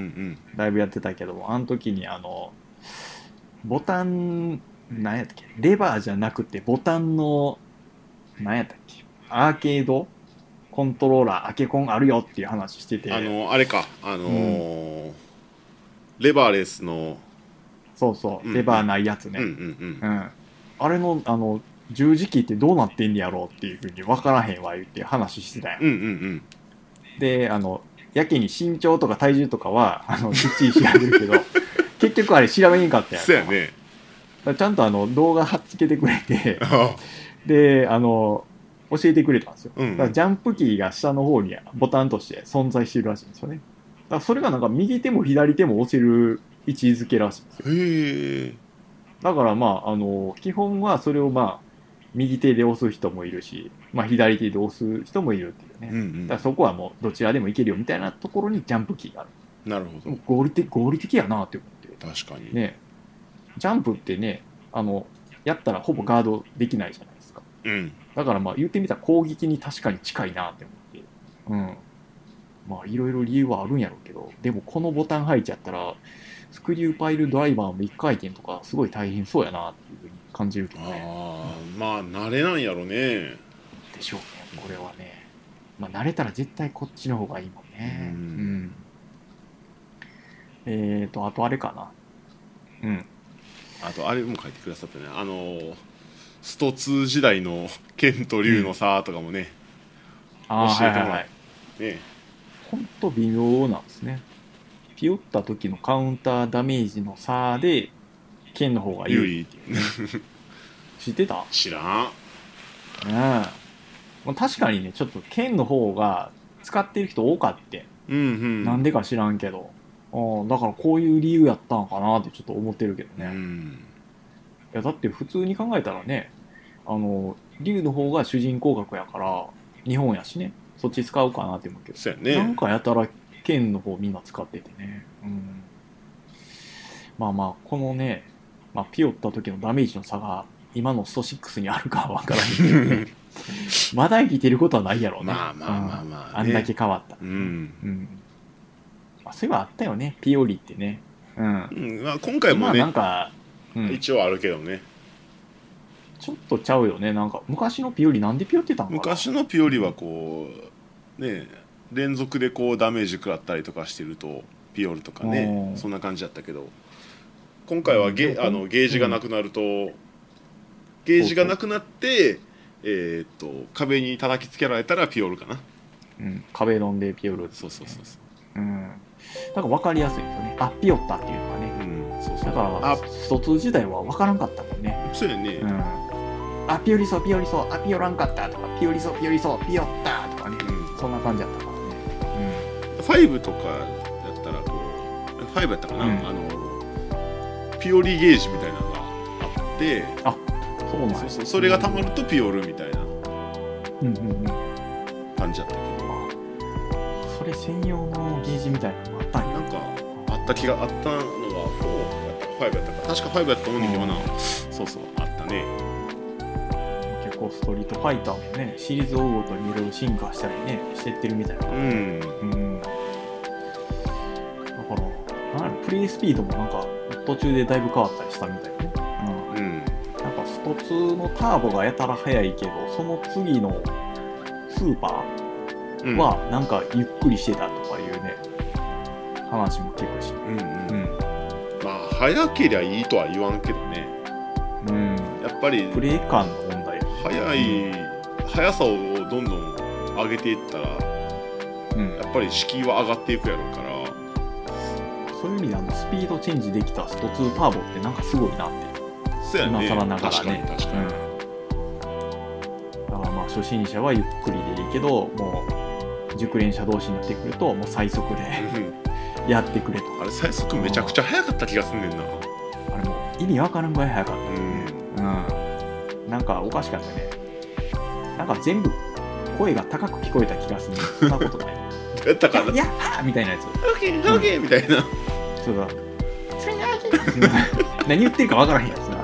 だいぶやってたけどもあの時にあのボタン何やったっけレバーじゃなくてボタンの何やったっけアーケードコントローラーアケコンあるよっていう話しててあのあれかあのーうん、レバーレスのそうそう、うんうん、レバーないやつね、うんうんうんうん、あれのあの十字キーってどうなってんねやろうっていうふうに分からへんわ言って話してたやん、うんうんうん、であのやけに身長とか体重とかはあのきっちり調べるけど結局あれ調べへんかったやん。 そうやね。 ちゃんとあの動画貼っつけてくれてであの教えてくれたんですよ、うんうん、だからジャンプキーが下の方にボタンとして存在してるらしいんですよね。だからそれがなんか右手も左手も押せる位置づけらしいんですよ。へだからまああの基本はそれをまあ右手で押す人もいるし、まあ、左手で押す人もいるっていうね、うんうん、だからそこはもうどちらでもいけるよみたいなところにジャンプキーがある。 なるほど。 合理的合理的やなって思って。 確かにね。ジャンプってねあのやったらほぼガードできないじゃないですか、うん、だからまあ言ってみたら攻撃に確かに近いなって思って、うん、まあいろいろ理由はあるんやろうけどでもこのボタン配置やったらスクリューパイルドライバーも一回転とかすごい大変そうやなっていうふうに感じるけどね。 ああまあ慣れなんやろね。 でしょうねこれはね。まあ慣れたら絶対こっちの方がいいもんね。うん、うん、えーとあとあれかなうんあとあれも書いてくださったねあのストツー時代の剣と竜の差とかもね、 うん、教えてもらって、ね、ほんと微妙なんですね。ピヨった時のカウンターダメージの差で剣の方が有利っていうね知ってた？ 知らん、 うんまあ、確かにねちょっと剣の方が使ってる人多かって、うんうん、なんでか知らんけどあだからこういう理由やったんかなってちょっと思ってるけどね、うん、いやだって普通に考えたらねあの竜の方が主人公格やから日本やしねそっち使うかなって思うけど、 ね、 なんかやたら剣の方みんな使っててね、うん、まあまあこのね、まあ、ピヨった時のダメージの差が今のストろくにあるかは分からへんけどねまだ生きてることはないやろうね。 まあまあまあまあ、ねうん、あんだけ変わったら、ね、うん、うんそういえばあったよねピオリってね、うんうんまあ、今回もねなんか、 うん、一応あるけどねちょっとちゃうよね。なんか昔のピオリなんでピオってたのかな。 昔のピオリはこうね連続でこうダメージ食らったりとかしてるとピオルとかねそんな感じだったけど今回はゲ、うん、あのゲージがなくなると、うん、ゲージがなくなってえー、っと壁に叩きつけられたらピオルかな、 うん、壁ドンでピオル、ね、 そうそうそうそううんだから分かりやすいですよね。あピオったっていうのがね、うん、そうそうだからストツー時代は分からんかったもんね。 そうやね、うん、 あピオリソピオリソあピオらんかったとかピオリソピオリソピオったとかね、うん、そんな感じだったからね、 うん、ファイブとかやったらこうファイブやったかな、うん、あのピオリゲージみたいなのがあってあそうなんそうそうそれがたまるとピオルみたいな感じだったけど、 それ専用のゲージみたいなのがあったんや。 なんかあった気があったのがフォーやったかファイブやったか確かファイブやったと思うんだけどな、うん、そうそうあったね。 結構ストリートファイターもねシリーズを追うごとにいろいろ進化したりねしてってるみたいな、うん、うん、だからなんプレイスピードもなんか途中でだいぶ変わったりしたみたいね、うんうん、なんかトツーのターボがやたら速いけど、その次のスーパーはなんかゆっくりしてたとかいうね、話も聞くし、 うんうん、まあ速けりゃいいとは言わんけどね、 うん、 やっぱりプレー感の問題、 速い、うん、速さをどんどん上げていったら、うん、やっぱり敷居は上がっていくやろうから、 そういう意味であのスピードチェンジできたストツーターボってなんかすごいなって、 そうやね、 今更ながらね。 確かに確かに、うん、 だからまあ初心者はゆっくりでいいけど、もう熟練者同士になってくるともう最速でやってくれと。 あれ最速めちゃくちゃ速かった気がすんねんな。 あれもう意味わからんぐらい速かったね、うんうん、なんかおかしかったね。なんか全部声が高く聞こえた気がする、ね、そんなことないやったかな、 いやっみたいなやつ、 オッケーオッケーみたいな、 そうだ何言ってるかわからへんやつな、うん、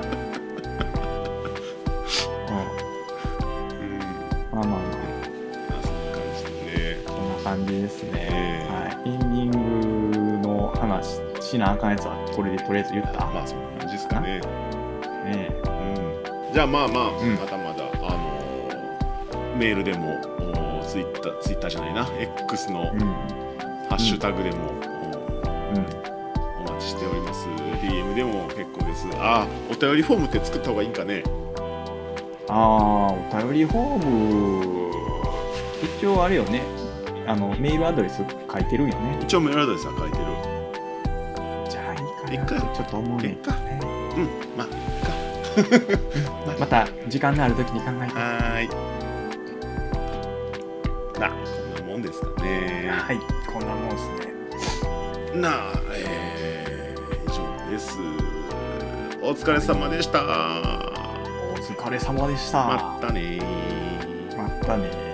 まあまあまあ、 そんな感じでね、 そんな感じですね、 えーはい、エンディングの話しなあかんやつはこれでとりあえず言った。 まあそんな感じですかね。 ねうん、じゃあまあまあ、うん、まだまだ、あのー、メールでもツイッター、ツイッターじゃないな X のハッシュタグでも、うんうん、お待ちしております。 ディーエム でも結構です。あ、お便りフォームって作った方がいいんかね。 あー、お便りフォーム一応あれよね、あのメールアドレス書いてるんよね。 一応メールアドレスは書いてる。 じゃあいいかなってちょっと思うね。 いいか、うん、まあいいかまた時間のある時に考えて。 はーい、なあ、こんなもんですかね。 はい、こんなもんですね。 なあ、えー、以上です。お疲れ様でした。 お疲れ様でした。 またねまたね。